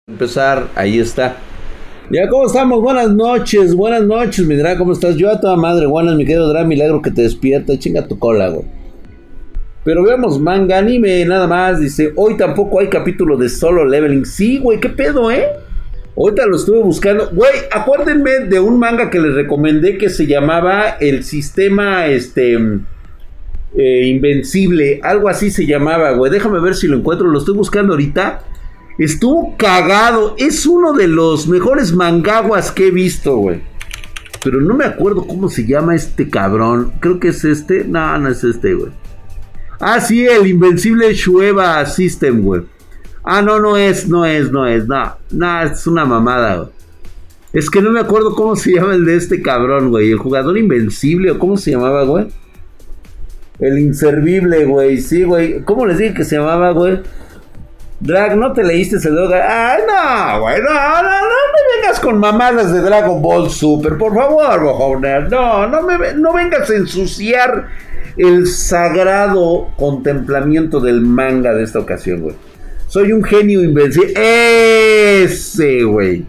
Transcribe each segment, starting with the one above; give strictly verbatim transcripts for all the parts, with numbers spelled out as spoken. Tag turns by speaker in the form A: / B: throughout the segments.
A: Empezar, ahí está. Ya, ¿cómo estamos? Buenas noches, buenas noches, mi Dra, ¿cómo estás? Yo a toda madre, buenas, mi querido Dra, milagro que te despierta, chinga tu cola, güey. Pero veamos manga, anime, nada más, dice, hoy tampoco hay capítulo de Solo Leveling. Sí, güey, qué pedo, ¿eh? Ahorita lo estuve buscando. Güey, acuérdenme de un manga que les recomendé que se llamaba El Sistema, este, eh, Invencible, algo así se llamaba, güey. Déjame ver si lo encuentro, lo estoy buscando ahorita. Estuvo cagado. Es uno de los mejores mangaguas que he visto, güey. Pero no me acuerdo cómo se llama este cabrón. Creo que es este. No, no es este, güey. Ah, sí, el Invencible Shueva System, güey. Ah, no, no es, no es, no es. No, no, es una mamada, güey. Es que no me acuerdo cómo se llama el de este cabrón, güey. El jugador invencible, o cómo se llamaba, güey. El inservible, güey. Sí, güey. ¿Cómo les dije que se llamaba, güey? Drag, ¿no te leíste ese logo? Ay, no, güey, no, no, no me vengas con mamadas de Dragon Ball Super, por favor, Bojoner. No, no me no vengas a ensuciar el sagrado contemplamiento del manga de esta ocasión, güey. Soy un genio invencible. Ese, güey.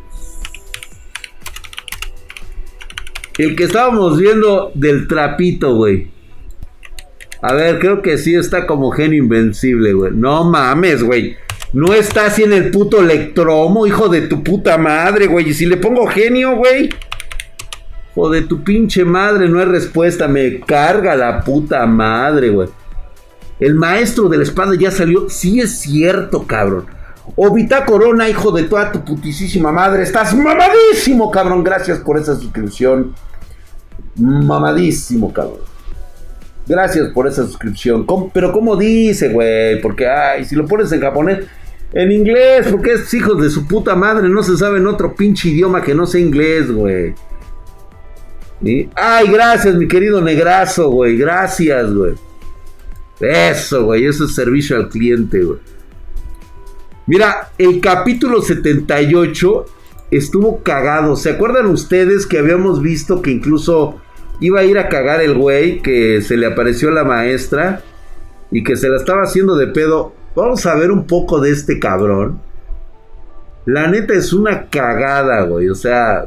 A: El que estábamos viendo del trapito, güey. A ver, creo que sí está como genio invencible, güey. No mames, güey. No está así en el puto electromo, hijo de tu puta madre, güey. Y si le pongo genio, güey. Hijo de tu pinche madre, no hay respuesta. Me carga la puta madre, güey. El maestro de la espada ya salió. Sí es cierto, cabrón. Obita Corona, hijo de toda tu putisísima madre. Estás mamadísimo, cabrón. Gracias por esa suscripción. Mamadísimo, cabrón. Gracias por esa suscripción. ¿Cómo? Pero ¿cómo dice, güey? Porque, ay, si lo pones en japonés, en inglés, porque es hijos de su puta madre, no se sabe en otro pinche idioma que no sea inglés, güey. ¿Sí? Ay, gracias, mi querido negrazo, güey. Gracias, güey. Eso, güey, eso es servicio al cliente, güey. Mira, el capítulo setenta y ocho estuvo cagado. ¿Se acuerdan ustedes que habíamos visto que incluso iba a ir a cagar el güey, que se le apareció la maestra y que se la estaba haciendo de pedo? Vamos a ver un poco de este cabrón. La neta es una cagada, güey. O sea,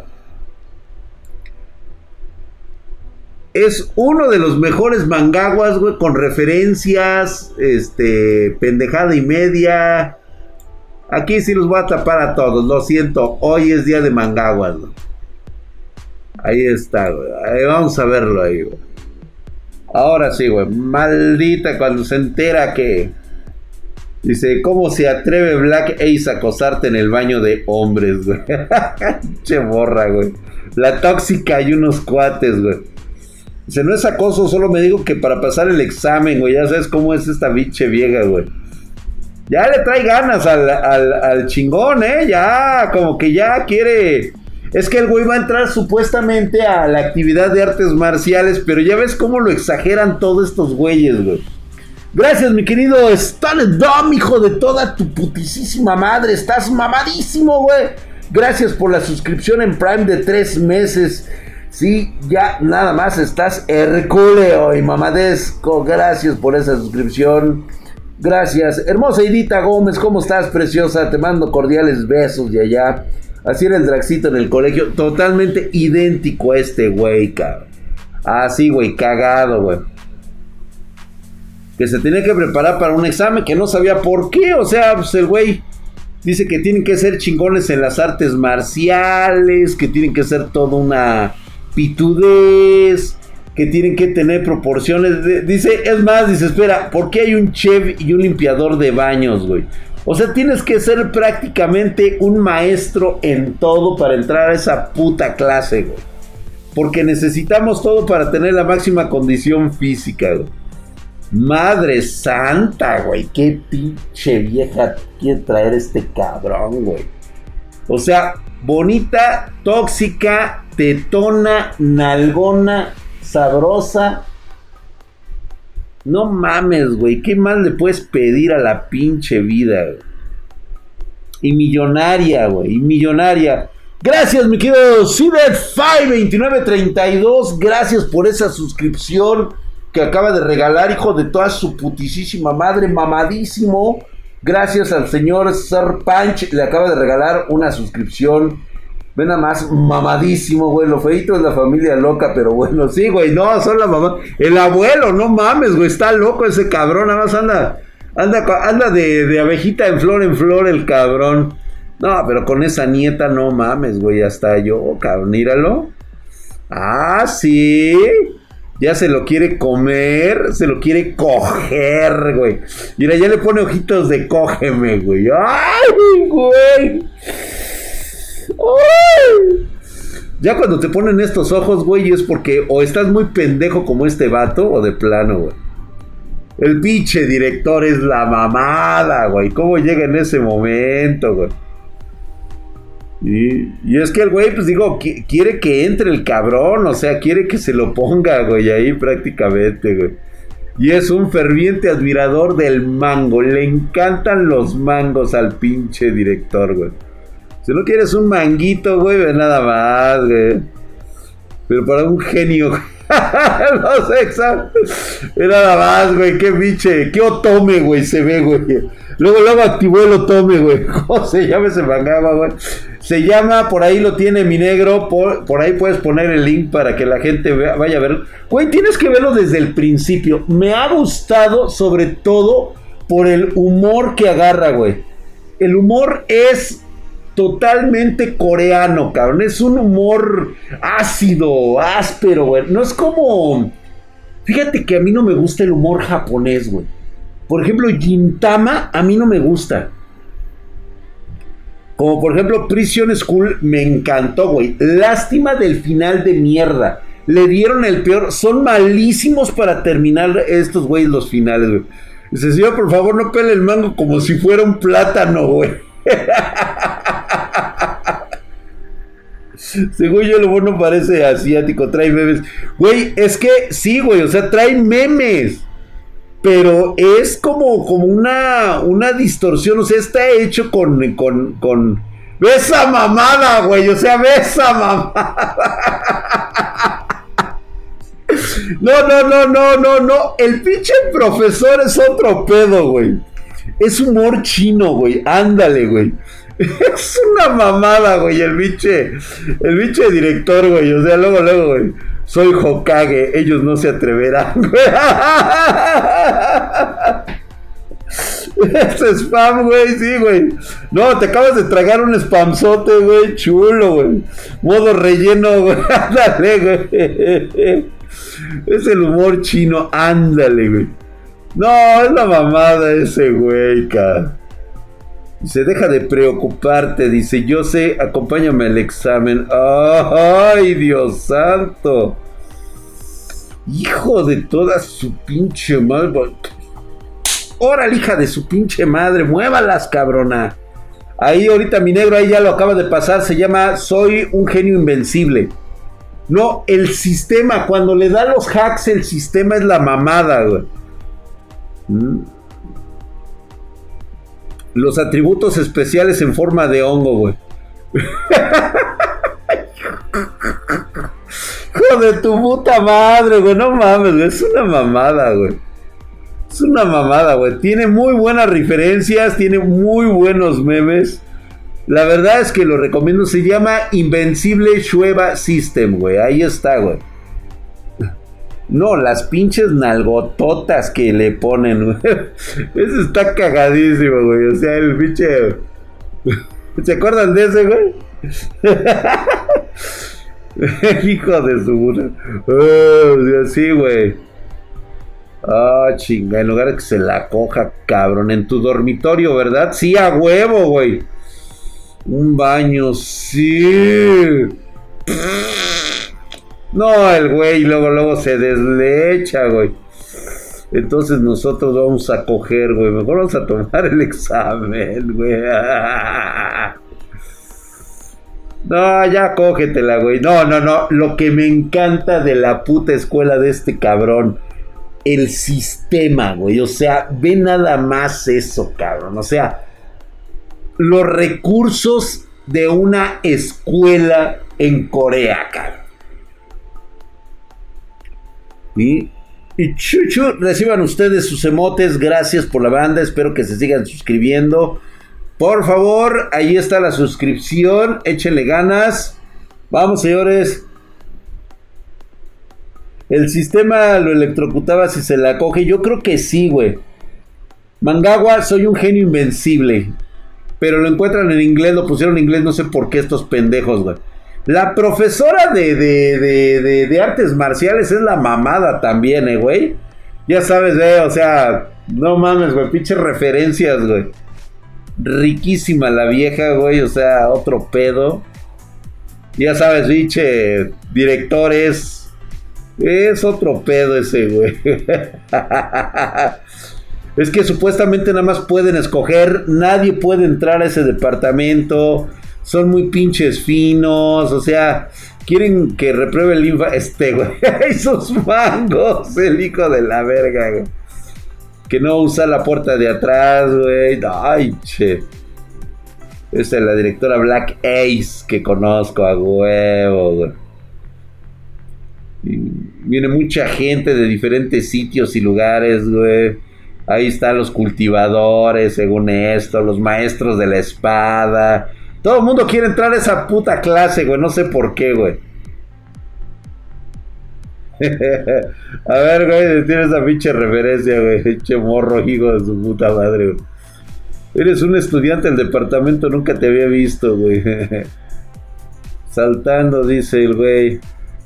A: es uno de los mejores mangaguas, güey, con referencias, este, pendejada y media. Aquí sí los voy a tapar a todos, lo siento. Hoy es día de mangaguas, güey. Ahí está, güey. Ahí vamos a verlo ahí, güey. Ahora sí, güey. Maldita cuando se entera que... Dice, ¿cómo se atreve Black Ace a acosarte en el baño de hombres, güey? Che borra, güey. La tóxica y unos cuates, güey. Dice, no es acoso, solo me digo que para pasar el examen, güey. Ya sabes cómo es esta biche vieja, güey. Ya le trae ganas al, al, al chingón, ¿eh? Ya, como que ya quiere... Es que el güey va a entrar supuestamente a la actividad de artes marciales, pero ya ves cómo lo exageran todos estos güeyes, güey. Gracias, mi querido Stan Dom, hijo de toda tu putisísima madre. Estás mamadísimo, güey. Gracias por la suscripción en Prime de tres meses. Sí, ya nada más estás hercúleo y mamadesco. Gracias por esa suscripción. Gracias. Hermosa Edita Gómez, ¿cómo estás, preciosa? Te mando cordiales besos de allá. Así era el Draxito en el colegio. Totalmente idéntico a este güey, cabrón. Así, güey, cagado, güey. Que se tenía que preparar para un examen que no sabía por qué. O sea, pues el güey dice que tienen que ser chingones en las artes marciales, que tienen que ser toda una pitudez, que tienen que tener proporciones. De, dice, es más, dice, espera, ¿por qué hay un chef y un limpiador de baños, güey? O sea, tienes que ser prácticamente un maestro en todo para entrar a esa puta clase, güey. Porque necesitamos todo para tener la máxima condición física, güey. Madre santa, güey. Qué pinche vieja quiere traer este cabrón, güey. O sea, bonita, tóxica, tetona, nalgona, sabrosa. No mames, güey. ¿Qué más le puedes pedir a la pinche vida, güey? Y millonaria, güey. Y millonaria. Gracias, mi querido Cidet Five veintinueve treinta y dos. Gracias por esa suscripción que acaba de regalar, hijo de toda su putisísima madre. Mamadísimo. Gracias al señor Sir Punch, le acaba de regalar una suscripción. Ve nada más, mamadísimo, güey. Lo feito es la familia loca, pero bueno, sí, güey. No, son la mamá. El abuelo, no mames, güey. Está loco ese cabrón. Nada más anda, anda, anda de, de abejita en flor en flor el cabrón. No, pero con esa nieta, no mames, güey. Hasta yo, cabrón, míralo. Ah, sí. Ya se lo quiere comer, se lo quiere coger, güey. Mira, ya le pone ojitos de cógeme, güey. ¡Ay, güey! ¡Ay! Ya cuando te ponen estos ojos, güey, es porque o estás muy pendejo como este vato, o de plano, güey. El pinche director es la mamada, güey. ¿Cómo llega en ese momento, güey? Y, y es que el güey, pues digo, qu- quiere que entre el cabrón, o sea, quiere que se lo ponga, güey, ahí prácticamente, güey. Y es un ferviente admirador del mango, le encantan los mangos al pinche director, güey. Si no quieres un manguito, güey, ve nada más, güey. Pero para un genio, no sé, exacto. Ve nada más, güey, qué pinche, qué otome, güey, se ve, güey. Luego, luego activó el otome, güey. ¿Cómo se llama ese mangaba, güey? Se llama, por ahí lo tiene mi negro, por, por ahí puedes poner el link para que la gente vea, vaya a ver. Güey, tienes que verlo desde el principio. Me ha gustado sobre todo por el humor que agarra, güey. El humor es totalmente coreano, cabrón. Es un humor ácido, áspero, güey. No es como... Fíjate que a mí no me gusta el humor japonés, güey. Por ejemplo, Gintama a mí no me gusta. Como por ejemplo Prison School me encantó, güey. Lástima del final de mierda. Le dieron el peor. Son malísimos para terminar estos güeyes los finales, güey. Dice, señor, por favor no pele el mango como si fuera un plátano, güey. Según yo, lo bueno parece asiático. Trae memes. Güey, es que sí, güey. O sea, trae memes. Pero es como, como una, una distorsión, o sea, está hecho con, con, con... ¡Ve esa mamada, güey! O sea, ve esa mamada. No, no, no, no, no, no. El pinche profesor es otro pedo, güey. Es humor chino, güey. Ándale, güey. Es una mamada, güey, el pinche, el pinche director, güey. O sea, luego, luego, güey. Soy Hokage, ellos no se atreverán, güey. Este spam, güey, sí, güey. No, te acabas de tragar un spamzote, güey, chulo, güey. Modo relleno, güey. Ándale, güey. Es el humor chino, ándale, güey. No, es la mamada ese, güey, cara. Dice, deja de preocuparte, dice, yo sé, acompáñame al examen. ¡Ay, Dios santo! Hijo de toda su pinche madre. ¡Órale, hija de su pinche madre! ¡Muévalas, cabrona! Ahí ahorita mi negro, ahí ya lo acaba de pasar, se llama Soy un genio invencible. No, el sistema, cuando le da los hacks, el sistema es la mamada, güey. ¿Mm? Los atributos especiales en forma de hongo, güey. Hijo de tu puta madre, güey. No mames, güey. Es una mamada, güey. Es una mamada, güey. Tiene muy buenas referencias. Tiene muy buenos memes. La verdad es que lo recomiendo. Se llama Invencible Shueva System, güey. Ahí está, güey. No, las pinches nalgototas que le ponen, güey. Eso está cagadísimo, güey. O sea, el pinche... ¿Se acuerdan de ese, güey? Hijo de su puta. Oh, sí, güey. Ah, oh, chinga. En lugar de que se la coja, cabrón. En tu dormitorio, ¿verdad? Sí, a huevo, güey. Un baño, sí. No, el güey luego, luego se deslecha, güey. Entonces nosotros vamos a coger, güey. Mejor vamos a tomar el examen, güey. No, ya cógetela, güey. No, no, no. Lo que me encanta de la puta escuela de este cabrón. El sistema, güey. O sea, ve nada más eso, cabrón. O sea, los recursos de una escuela en Corea, cabrón. ¿Sí? Y chuchu, reciban ustedes sus emotes. Gracias por la banda. Espero que se sigan suscribiendo. Por favor, ahí está la suscripción. Échenle ganas. Vamos, señores. El sistema lo electrocutaba si se la coge. Yo creo que sí, güey. Mangawa, soy un genio invencible. Pero lo encuentran en inglés, lo pusieron en inglés. No sé por qué estos pendejos, güey. La profesora de, de, de, de, de artes marciales es la mamada también, eh, güey. Ya sabes, eh, o sea, no mames, güey, pinches referencias, güey. Riquísima la vieja, güey, o sea, otro pedo. Ya sabes, pinche directores. Es otro pedo ese, güey. Es que supuestamente nada más pueden escoger, nadie puede entrar a ese departamento. Son muy pinches finos, o sea, quieren que repruebe el infa... Este, güey, esos mangos, el hijo de la verga, güey. Que no usa la puerta de atrás, güey. Ay, che. Esta es la directora Black Ace que conozco a huevo, güey. Y viene mucha gente de diferentes sitios y lugares, güey. Ahí están los cultivadores, según esto, los maestros de la espada. Todo el mundo quiere entrar a esa puta clase, güey. No sé por qué, güey. A ver, güey, tienes esa pinche referencia, güey. Pinche morro, hijo de su puta madre, güey. Eres un estudiante del departamento, nunca te había visto, güey. Saltando, dice el güey.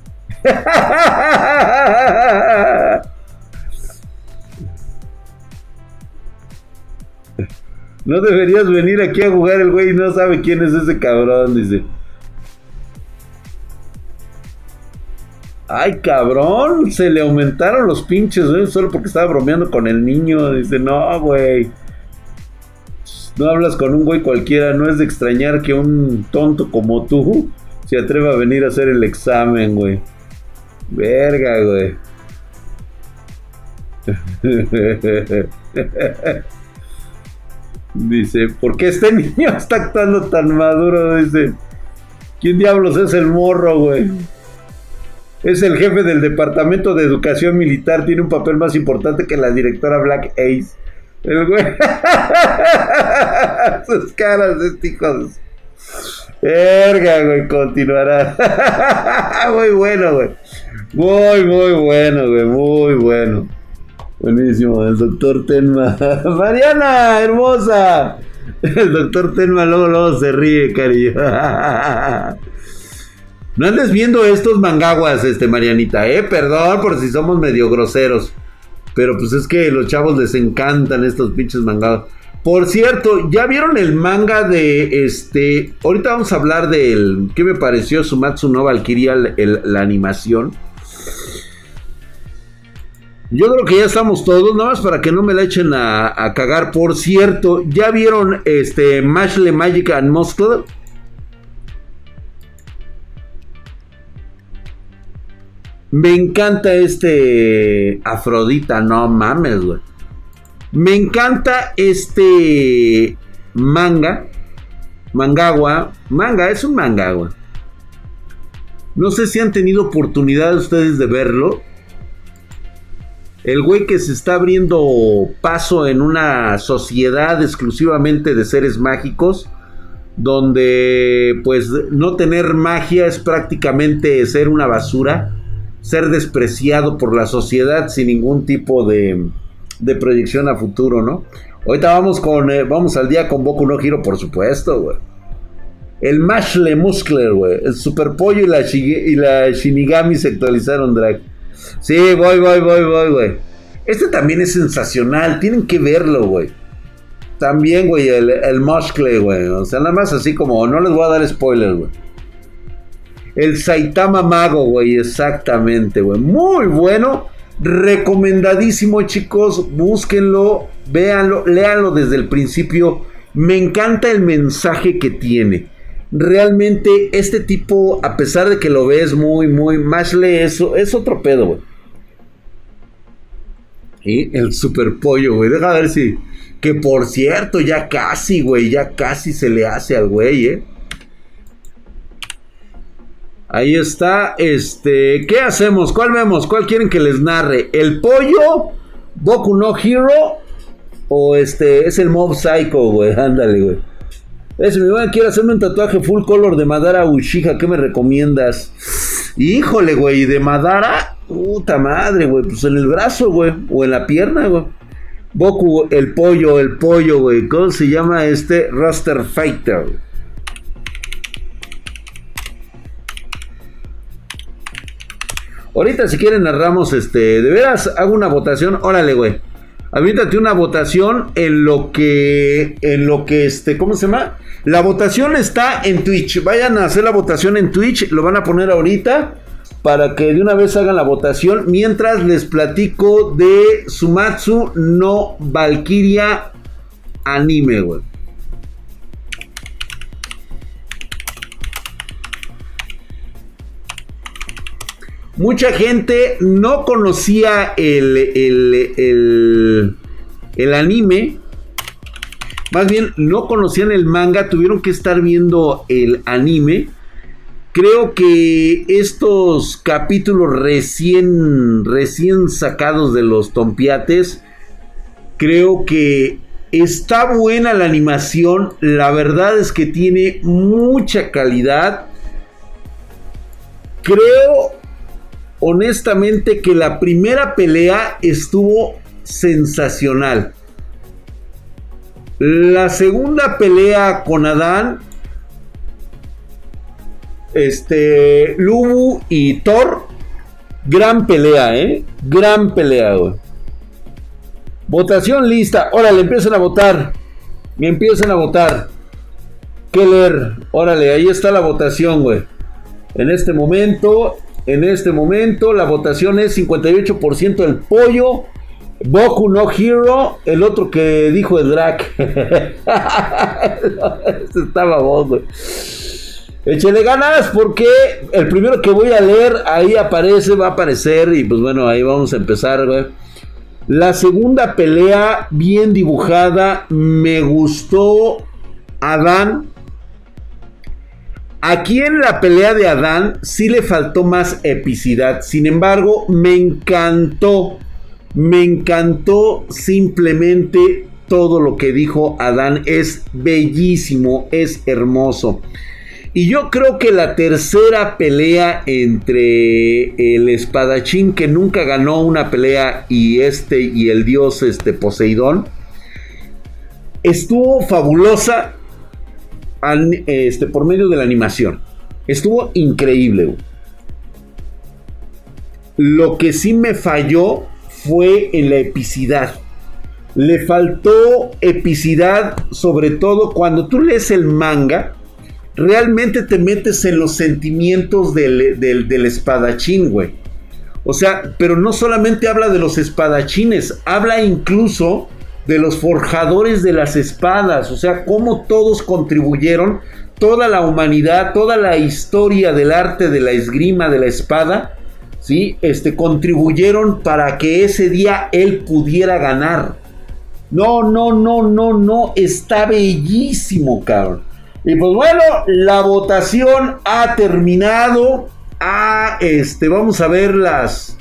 A: No deberías venir aquí a jugar, el güey no sabe quién es ese cabrón, dice. Ay, cabrón, se le aumentaron los pinches, güey, solo porque estaba bromeando con el niño. Dice, no, güey. No hablas con un güey cualquiera, no es de extrañar que un tonto como tú se atreva a venir a hacer el examen, güey. Verga, güey. Dice, ¿por qué este niño está actuando tan maduro? Dice, ¿quién diablos es el morro, güey? Es el jefe del departamento de educación militar, tiene un papel más importante que la directora Black Ace. El güey. Sus caras de este hijo de... Verga, güey, continuará. Muy bueno, güey. Muy, muy bueno, güey, muy bueno. Buenísimo, el doctor Tenma. Mariana, hermosa. El doctor Tenma luego, luego se ríe, cariño. No andes viendo estos mangaguas, este, Marianita, eh. Perdón por si somos medio groseros. Pero pues es que los chavos les encantan estos pinches mangaguas. Por cierto, ¿ya vieron el manga de este? Ahorita vamos a hablar del... ¿Qué me pareció Sumatsu no Valkyria, el, el, la animación? Yo creo que ya estamos todos, nada más para que no me la echen a, a cagar. Por cierto, ¿ya vieron este Mashle Magic and Muscle? Me encanta este Afrodita, no mames, güey. Me encanta este manga. Mangawa. Manga, es un manga, güey. No sé si han tenido oportunidad ustedes de verlo. El güey que se está abriendo paso en una sociedad exclusivamente de seres mágicos, donde pues no tener magia es prácticamente ser una basura, ser despreciado por la sociedad sin ningún tipo de, de proyección a futuro, ¿no? Ahorita vamos con eh, vamos al día con Boku no Hero, por supuesto, güey. El Mashle Muscular, güey. El Super Pollo y la, Shige, y la Shinigami se actualizaron, drag. Sí, voy, voy, voy, voy, güey. Este también es sensacional. Tienen que verlo, güey. También, güey, el, el Muscle, güey. O sea, nada más así como... No les voy a dar spoilers, güey. El Saitama Mago, güey. Exactamente, güey. Muy bueno. Recomendadísimo, chicos. Búsquenlo. Véanlo. Léanlo desde el principio. Me encanta el mensaje que tiene. Realmente este tipo, a pesar de que lo ves muy, muy... Mashle es, es otro pedo, güey. Y el Super Pollo, güey. Deja ver si... Que por cierto, ya casi, güey. Ya casi se le hace al güey, eh. Ahí está, este, ¿qué hacemos? ¿Cuál vemos? ¿Cuál quieren que les narre? ¿El pollo? ¿Boku no Hero? O este, es el Mob Psycho, güey, ándale, güey. Ese, mi güey, quiero hacerme un tatuaje full color de Madara Uchiha, ¿qué me recomiendas? Híjole, güey, de Madara, puta madre, güey, pues en el brazo, güey, o en la pierna, güey. Boku, el pollo, el pollo, güey, ¿cómo se llama este? Roster Fighter, güey. Ahorita si quieren narramos, este, de veras, hago una votación, órale, güey. Aviéntate una votación en lo que, en lo que, este, ¿cómo se llama? La votación está en Twitch, vayan a hacer la votación en Twitch, lo van a poner ahorita, para que de una vez hagan la votación, mientras les platico de Sumatsu no Valkyria anime, güey. Mucha gente no conocía el, el, el, el anime. Más bien, no conocían el manga. Tuvieron que estar viendo el anime. Creo que estos capítulos recién, recién sacados de los tompiates, creo que está buena la animación. La verdad es que tiene mucha calidad. Creo honestamente que la primera pelea estuvo sensacional. La segunda pelea con Adán, este, Lubu y Thor, gran pelea, eh, gran pelea, güey. Votación lista, órale, empiecen a votar, me empiecen a votar. Keller, órale, ahí está la votación, güey. En este momento, en este momento, la votación es cincuenta y ocho por ciento del pollo. Boku no Hero, el otro que dijo el Drac. Este estaba vos, güey. Échele ganas porque el primero que voy a leer ahí aparece, va a aparecer y pues bueno, ahí vamos a empezar, güey. La segunda pelea bien dibujada, me gustó Adán. Aquí en la pelea de Adán sí le faltó más epicidad, sin embargo me encantó. Me encantó simplemente todo lo que dijo Adán. Es bellísimo, es hermoso. Y yo creo que la tercera pelea entre el espadachín que nunca ganó una pelea y este y el dios este Poseidón estuvo fabulosa este, por medio de la animación. Estuvo increíble. Lo que sí me falló fue en la epicidad. Le faltó epicidad, sobre todo cuando tú lees el manga, realmente te metes en los sentimientos del, del, del espadachín, güey. O sea, pero no solamente habla de los espadachines, habla incluso de los forjadores de las espadas. O sea, cómo todos contribuyeron, toda la humanidad, toda la historia del arte de la esgrima, de la espada, ¿sí? Este, contribuyeron para que ese día él pudiera ganar. No, no, no, no, no. Está bellísimo, cabrón. Y pues bueno, la votación ha terminado. Ah, este, vamos a ver las...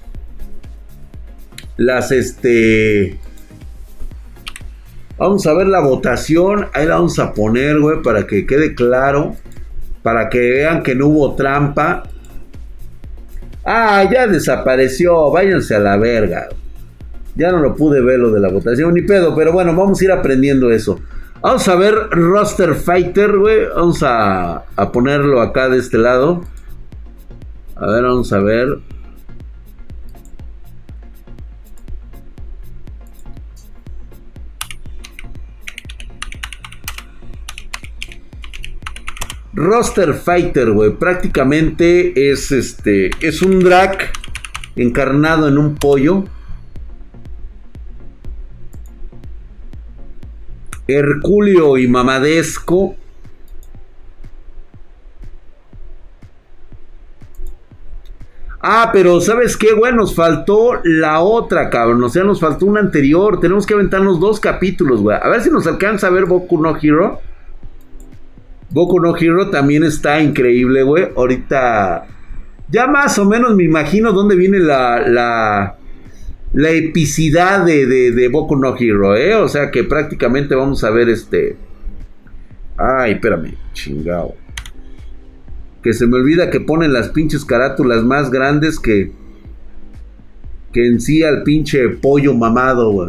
A: Las, este... Vamos a ver la votación. Ahí la vamos a poner, güey, para que quede claro. Para que vean que no hubo trampa. Ah, ya desapareció, váyanse a la verga. Ya no lo pude ver lo de la votación, ni pedo, pero bueno, vamos a ir aprendiendo eso. Vamos a ver Roster Fighter, güey. Vamos a, a ponerlo acá de este lado. A ver, vamos a ver. Roster Fighter, güey, prácticamente es este, es un drag encarnado en un pollo. Hercúleo y mamadesco. Ah, pero ¿sabes qué, güey? Nos faltó la otra, cabrón. O sea, nos faltó una anterior. Tenemos que aventarnos dos capítulos, güey. A ver si nos alcanza a ver Boku no Hero. Boku no Hero también está increíble, güey. Ahorita ya más o menos me imagino dónde viene la la, la epicidad de, de, de Boku no Hero, ¿eh? O sea que prácticamente vamos a ver este... Ay, espérame, chingado. Que se me olvida que ponen las pinches carátulas más grandes que... Que en sí al pinche pollo mamado, güey.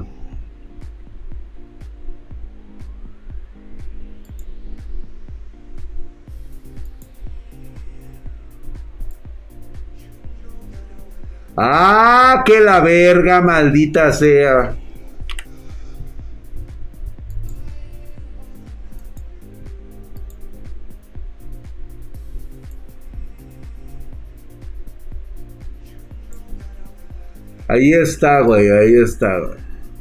A: Ah, que la verga, maldita sea. Ahí está, güey, ahí está, güey.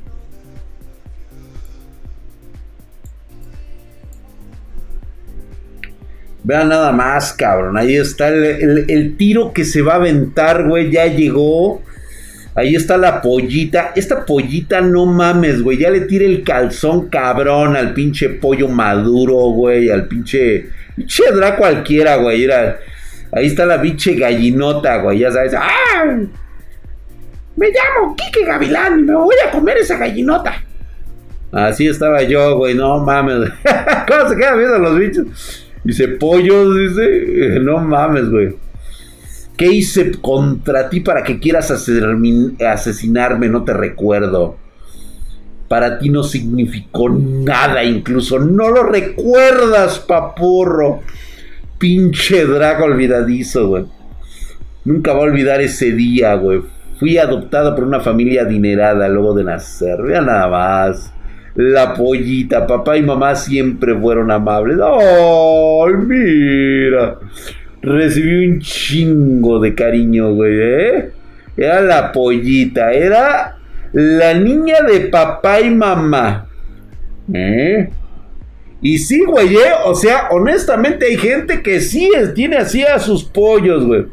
A: Vean nada más, cabrón. Ahí está el, el, el tiro que se va a aventar, güey. Ya llegó. Ahí está la pollita. Esta pollita, no mames, güey. Ya le tira el calzón, cabrón, al pinche pollo maduro, güey. Al pinche... Pinche Draco cualquiera, güey. Era... Ahí está la pinche gallinota, güey. Ya sabes. ¡Ah! Me llamo Quique Gavilán y me voy a comer esa gallinota. Así estaba yo, güey. No mames. ¿Cómo se quedan viendo los bichos? Dice, pollos, dice, no mames, güey. ¿Qué hice contra ti para que quieras asesinarme? No te recuerdo. Para ti no significó nada, incluso no lo recuerdas, papurro. Pinche Draco olvidadizo, güey. Nunca va a olvidar ese día, güey. Fui adoptado por una familia adinerada luego de nacer. Vean nada más. La pollita, papá y mamá siempre fueron amables. ¡Ay, mira! Recibí un chingo de cariño, güey, ¿eh? Era la pollita, era la niña de papá y mamá. ¿Eh? Y sí, güey, ¿eh? O sea, honestamente hay gente que sí tiene así a sus pollos, güey.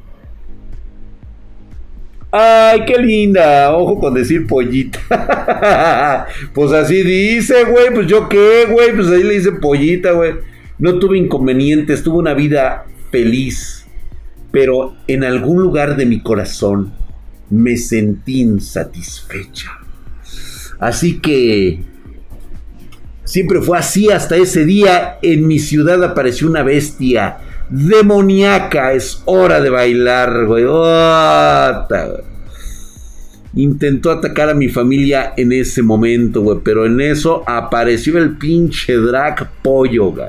A: Ay, qué linda. Ojo con decir pollita. Pues así dice, güey. Pues yo qué, güey. Pues ahí le dice pollita, güey. No tuve inconvenientes. Tuve una vida feliz. Pero en algún lugar de mi corazón me sentí insatisfecha. Así que siempre fue así hasta ese día. En mi ciudad apareció una bestia demoníaca. Es hora de bailar, güey. Oh, intentó atacar a mi familia en ese momento, güey. Pero en eso apareció el pinche Drac pollo, güey.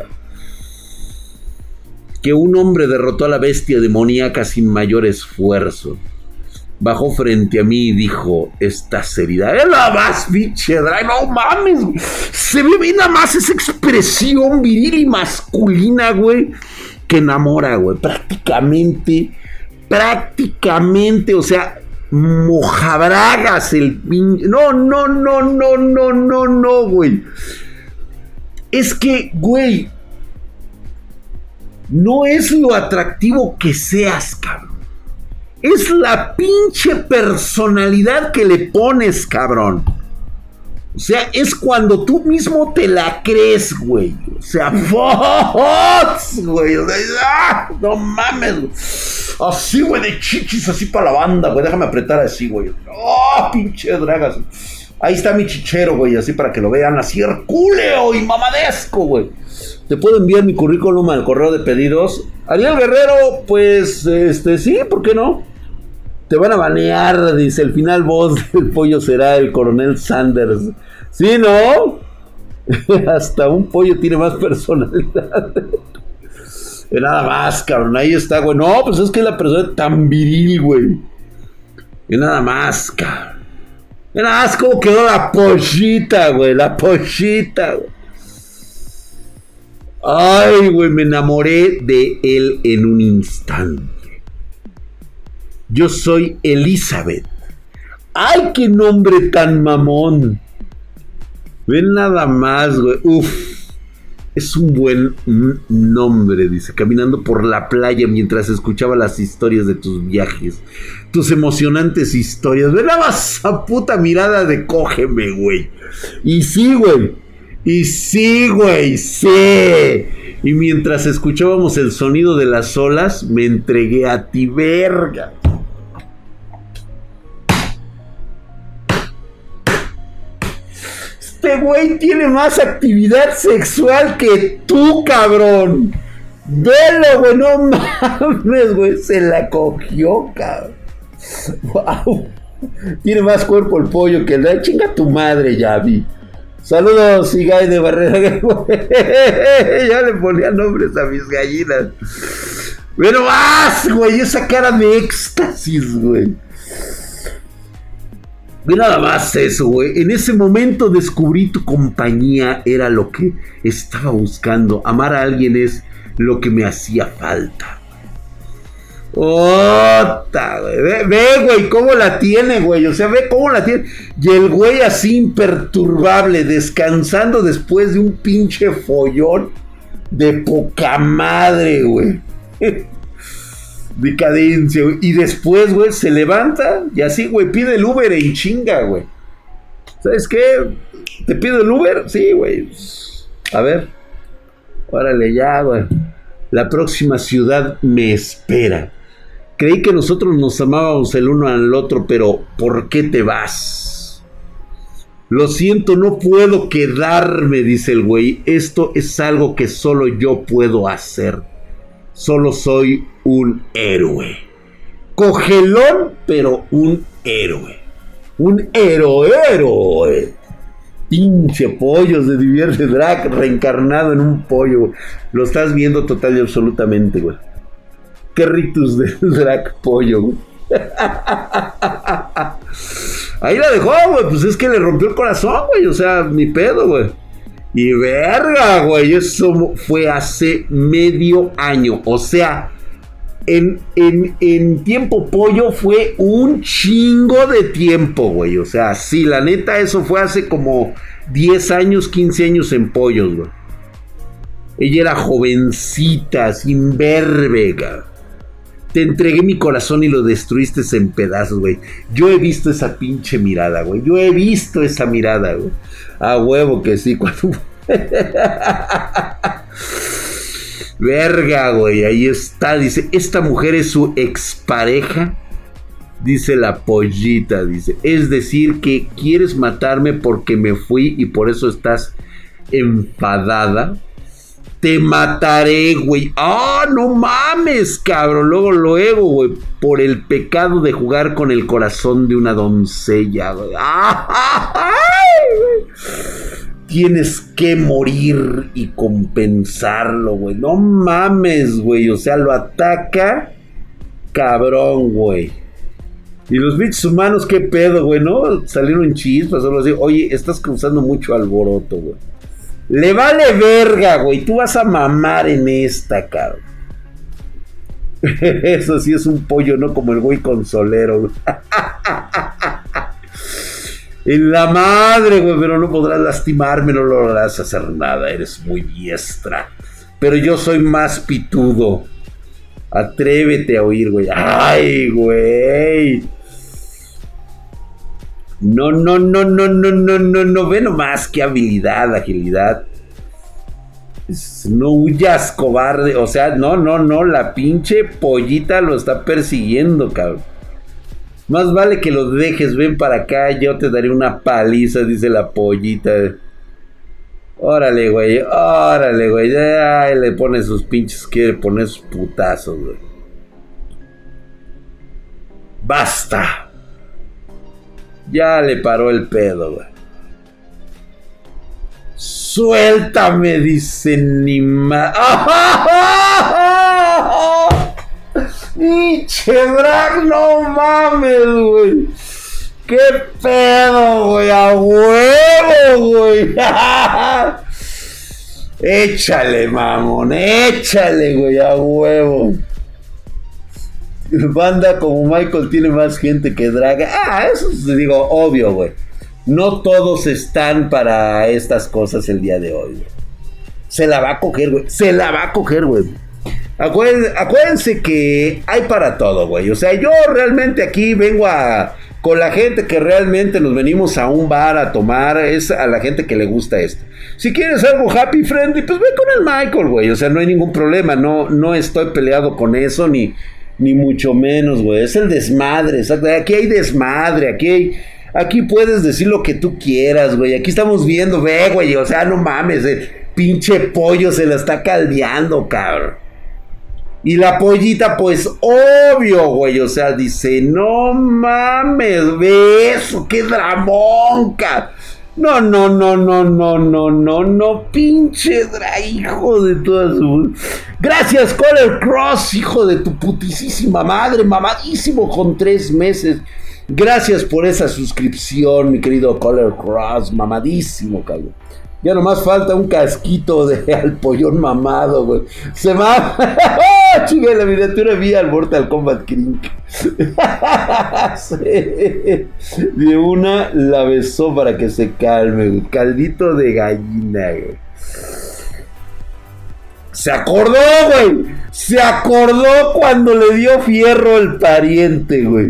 A: Que un hombre derrotó a la bestia demoníaca sin mayor esfuerzo. Bajó frente a mí y dijo: estás herida. ¡Es la más, pinche Drac! ¡No mames! Güey. Se ve bien nada más esa expresión viril y masculina, güey, que enamora, güey. Prácticamente, prácticamente, o sea, mojabragas el pinche. No, no, no, no, no, no, no, güey. Es que, güey, no es lo atractivo que seas, cabrón. Es la pinche personalidad que le pones, cabrón. O sea, es cuando tú mismo te la crees, güey. O sea, ¡fox! Güey. O sea, ¡ah! No mames, güey. Así, güey, de chichis, así para la banda, güey. Déjame apretar así, güey. ¡Oh, pinche dragas! Ahí está mi chichero, güey, así para que lo vean. Así hercúleo y mamadesco, güey. Te puedo enviar mi currículum al correo de pedidos. Ariel Guerrero, pues, este, sí, ¿por qué no? Te van a banear, dice, el final boss del pollo será el coronel Sanders. ¿Sí, no? Hasta un pollo tiene más personalidad. Nada más, cabrón, ahí está, güey. No, pues es que la persona es tan viril, güey. Y nada más, cabrón. Y nada más como quedó la pollita, güey, la pollita, güey. Ay, güey, me enamoré de él en un instante. Yo soy Elizabeth. ¡Ay, qué nombre tan mamón! Ven nada más, güey. Uf. Es un buen nombre, dice. Caminando por la playa mientras escuchaba las historias de tus viajes. Tus emocionantes historias. Ven nada más esa puta mirada de cógeme, güey. Y sí, güey. Y sí, güey, sí. Y mientras escuchábamos el sonido de las olas, me entregué a ti, verga. Este güey tiene más actividad sexual que tú, cabrón. Velo, güey, no mames, güey. Se la cogió, cabrón. Wow. Tiene más cuerpo el pollo que el de... Chinga tu madre, ya vi. Saludos, Igay de Barrera. Ya le ponía nombres a mis gallinas. Pero más, güey, esa cara de éxtasis, güey. Ve nada más eso, güey. En ese momento descubrí tu compañía era lo que estaba buscando. Amar a alguien es lo que me hacía falta. ¡Ota, güey! Ve, ve, güey, cómo la tiene, güey. O sea, ve cómo la tiene. Y el güey así imperturbable, descansando después de un pinche follón de poca madre, güey. Decadencia, güey. Y después, güey, se levanta y así, güey, pide el Uber en chinga, güey. ¿Sabes qué? ¿Te pido el Uber? Sí, güey. A ver. Órale, ya, güey. La próxima ciudad me espera. Creí que nosotros nos amábamos el uno al otro, pero ¿por qué te vas? Lo siento, no puedo quedarme, dice el güey. Esto es algo que solo yo puedo hacer. Solo soy un héroe. Cogelón, pero un héroe. Un héroe. Pinche pollo, se divierte Drac reencarnado en un pollo, güey. Lo estás viendo total y absolutamente, güey. Qué ritus del Drac pollo, güey. Ahí la dejó, güey. Pues es que le rompió el corazón, güey. O sea, ni pedo, güey. Y verga, güey. Eso fue hace medio año. O sea, en, en, en tiempo pollo fue un chingo de tiempo, güey. O sea, sí, la neta, eso fue hace como diez años, quince años en pollos, güey. Ella era jovencita, sin verga. Te entregué mi corazón y lo destruiste en pedazos, güey. Yo he visto esa pinche mirada, güey. Yo he visto esa mirada, güey. A huevo que sí, cuando... Verga, güey. Ahí está, dice. Esta mujer es su expareja. Dice la pollita, dice. Es decir, que quieres matarme porque me fui y por eso estás enfadada. Te mataré, güey. ¡Ah, oh, no mames, cabrón! Luego, luego, güey. Por el pecado de jugar con el corazón de una doncella, güey. ¡Ay, güey! Tienes que morir y compensarlo, güey. No mames, güey. O sea, lo ataca. Cabrón, güey. Y los bichos humanos, ¿qué pedo, güey? ¿No? Salieron chispas o algo así. Oye, estás causando mucho alboroto, güey. Le vale verga, güey. Tú vas a mamar en esta, cabrón. Eso sí es un pollo, no como el güey consolero, güey. En la madre, güey. Pero no podrás lastimarme, no lograrás hacer nada. Eres muy diestra. Pero yo soy más pitudo. Atrévete a oír, güey. Ay, güey. No, no, no, no, no, no, no, no. Ve nomás qué habilidad, agilidad. No huyas, cobarde. O sea, no, no, no. La pinche pollita lo está persiguiendo, cabrón. Más vale que lo dejes. Ven para acá. Yo te daré una paliza, dice la pollita. Órale, güey. Órale, güey. Ay, le pone sus pinches. Quiere poner sus putazos, güey. Basta. Ya le paró el pedo, güey. Suéltame, dice ni más. ¡Pinche Drac! ¡No mames, güey! ¡Qué pedo, güey! ¡A huevo, güey! Échale, mamón. Échale, güey. A huevo. Banda como Michael tiene más gente que Draga. Ah, eso te digo, obvio, güey. No todos están para estas cosas el día de hoy, güey. Se la va a coger, güey. Se la va a coger, güey. Acuérdense, acuérdense que hay para todo, güey. O sea, yo realmente aquí vengo a con la gente que realmente nos venimos a un bar a tomar, es a la gente que le gusta esto. Si quieres algo happy friendly, pues ve con el Michael, güey. O sea, no hay ningún problema. No, no estoy peleado con eso, ni, ni mucho menos, güey. Es el desmadre, exacto. Aquí hay desmadre, aquí hay... Aquí puedes decir lo que tú quieras, güey. Aquí estamos viendo, ve, güey. O sea, no mames, el pinche pollo se la está caldeando, cabrón. Y la pollita, pues, obvio, güey. O sea, dice, no mames, ve eso, qué dramón, cabrón. No, no, no, no, no, no, no, no, pinche dra, hijo de todas su... Gracias, Color Cross, hijo de tu putisísima madre, mamadísimo con tres meses. Gracias por esa suscripción, mi querido Color Cross, mamadísimo, cabrón. Ya nomás falta un casquito de al pollón mamado, güey. Se va. ¡Oh, chinga! La miniatura vía al Mortal Kombat Krink. Sí. De una la besó para que se calme, güey. Caldito de gallina, güey. Se acordó, güey. Se acordó cuando le dio fierro el pariente, güey.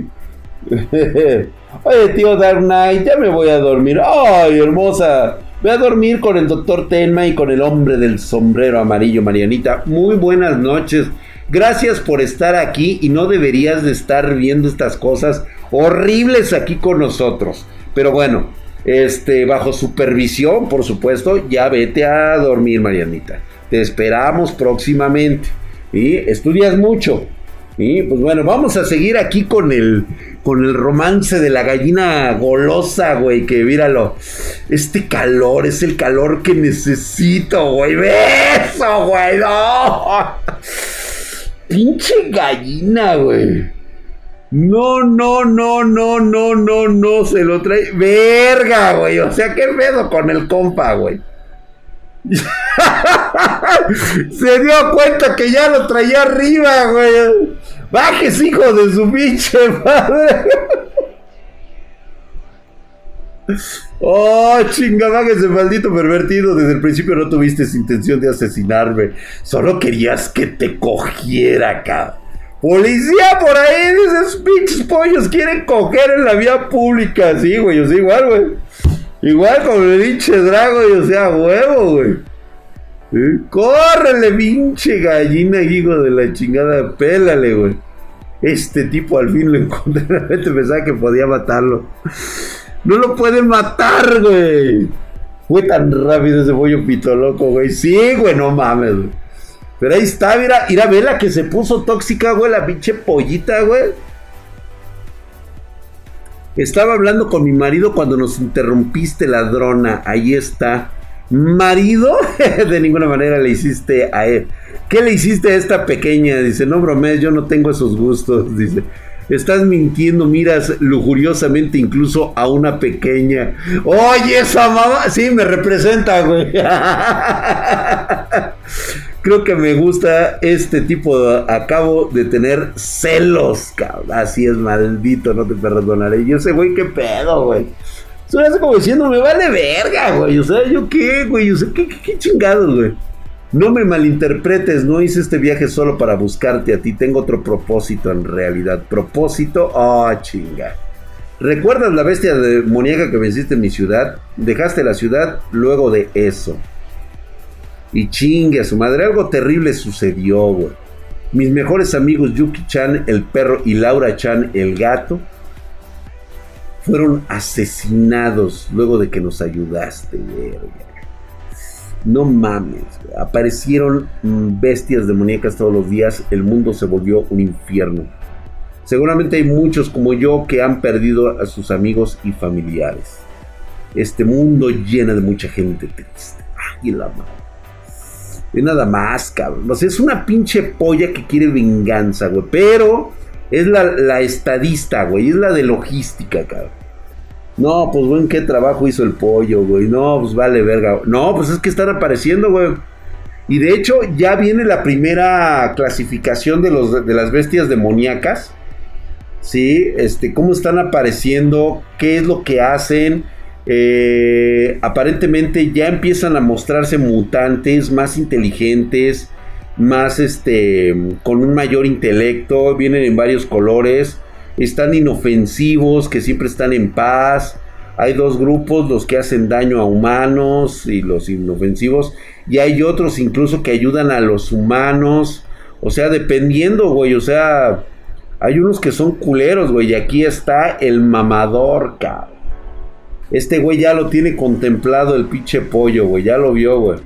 A: Oye, tío Dark Knight, ya me voy a dormir. Ay, hermosa. Voy a dormir con el doctor Tenma y con el hombre del sombrero amarillo, Marianita. Muy buenas noches. Gracias por estar aquí y no deberías de estar viendo estas cosas horribles aquí con nosotros. Pero bueno, este, bajo supervisión, por supuesto, ya vete a dormir, Marianita. Te esperamos próximamente. ¿Sí? Estudias mucho. Y pues bueno, vamos a seguir aquí con el con el romance de la gallina golosa, güey, que míralo. Este calor es el calor que necesito, güey. ¡Beso, güey! ¡No! Pinche gallina, güey. No, no, no, no, no, no, no, se lo trae. Verga, güey. O sea, ¿qué pedo con el compa, güey? Se dio cuenta que ya lo traía arriba, güey. Bajes, hijo de su pinche madre. Oh, chinga, bájese, maldito pervertido. Desde el principio no tuviste intención de asesinarme. Solo querías que te cogiera, cabrón. Policía por ahí, esos pinches pollos quieren coger en la vía pública. Sí, güey, yo sé igual, güey. Igual con el pinche drago, o sea, huevo, güey. ¿Sí? Córrele, pinche gallina, hijo de la chingada, pélale, güey. Este tipo al fin lo encontré. Realmente pensaba que podía matarlo. No lo pueden matar, güey. Fue tan rápido ese pollo pito loco, güey. Sí, güey, no mames, güey. Pero ahí está, mira, mira, ve la que se puso tóxica, güey, la pinche pollita, güey. Estaba hablando con mi marido cuando nos interrumpiste, ladrona. Ahí está. ¿Marido? De ninguna manera le hiciste a él. ¿Qué le hiciste a esta pequeña? Dice, no bromees, yo no tengo esos gustos. Dice, estás mintiendo, miras lujuriosamente incluso a una pequeña. Oye, esa mamá. Sí, me representa, güey. Creo que me gusta este tipo de... Acabo de tener celos, cabrón. Así es, maldito, no te perdonaré. Yo sé, güey, qué pedo, güey. Eso me hace como diciendo, me vale verga, güey. O sea, ¿yo qué, güey? O sea, ¿qué, qué, qué chingados, güey? No me malinterpretes, no hice este viaje solo para buscarte a ti. Tengo otro propósito en realidad. ¿Propósito? Oh, chinga. ¿Recuerdas la bestia demoníaca que venciste en mi ciudad? Dejaste la ciudad luego de eso. Y chingue a su madre, algo terrible sucedió, güey. Mis mejores amigos Yuki-chan, el perro, y Laura-chan, el gato, fueron asesinados luego de que nos ayudaste, verga. No mames, güey. Aparecieron bestias demoníacas todos los días. El mundo se volvió un infierno. Seguramente hay muchos como yo que han perdido a sus amigos y familiares. Este mundo llena de mucha gente triste. Ay, la madre. Es nada más, cabrón. O sea, es una pinche polla que quiere venganza, güey. Pero es la, la estadista, güey. Es la de logística, cabrón. No, pues, güey, ¿qué trabajo hizo el pollo, güey? No, pues vale verga. No, pues es que están apareciendo, güey. Y de hecho, ya viene la primera clasificación de, los, de las bestias demoníacas. Sí, este, cómo están apareciendo, qué es lo que hacen. Eh, aparentemente ya empiezan a mostrarse mutantes más inteligentes, más este, con un mayor intelecto. Vienen en varios colores. están inofensivos, que siempre están en paz. Hay dos grupos, los que hacen daño a humanos y los inofensivos. Y hay otros incluso que ayudan a los humanos. O sea, dependiendo, güey. O sea, hay unos que son culeros, güey. Y aquí está el mamador, cabrón. Este güey ya lo tiene contemplado el pinche pollo, güey. Ya lo vio, güey.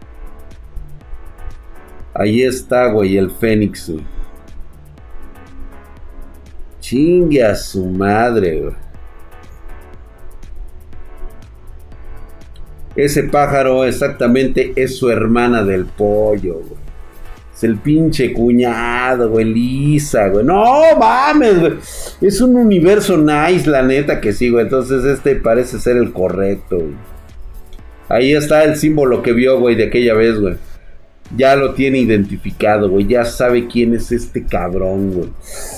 A: Ahí está, güey, el Fénix, güey. Chingue a su madre, güey. Ese pájaro exactamente es su hermana del pollo, güey. Es el pinche cuñado, güey, Lisa, güey. No mames, güey. Es un universo nice, la neta que sí, güey. Entonces este parece ser el correcto, güey. Ahí está el símbolo que vio, güey, de aquella vez, güey. Ya lo tiene identificado, güey. Ya sabe quién es este cabrón, güey.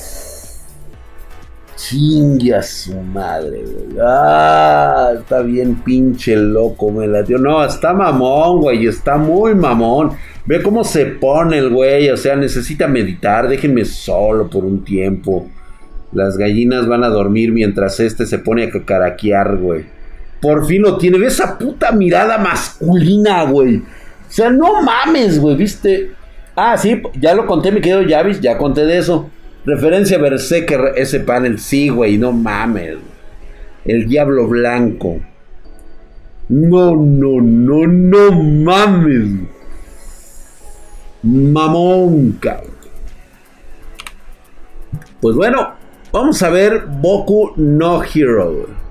A: Chingue a su madre, güey. Ah, está bien pinche loco, me la dio. No, está mamón, güey. Está muy mamón. Ve cómo se pone el güey. O sea, necesita meditar. Déjenme solo por un tiempo. Las gallinas van a dormir mientras este se pone a cacaraquear, güey. Por fin lo tiene. Ve esa puta mirada masculina, güey. O sea, no mames, güey, ¿viste? Ah, sí, ya lo conté, me quedo Yavis, ya conté de eso. Referencia a Berserker, ese panel, sí, güey, no mames. El Diablo Blanco. No, no, no, no mames. Mamón, cabrón. Pues bueno, vamos a ver Boku no Hero, güey.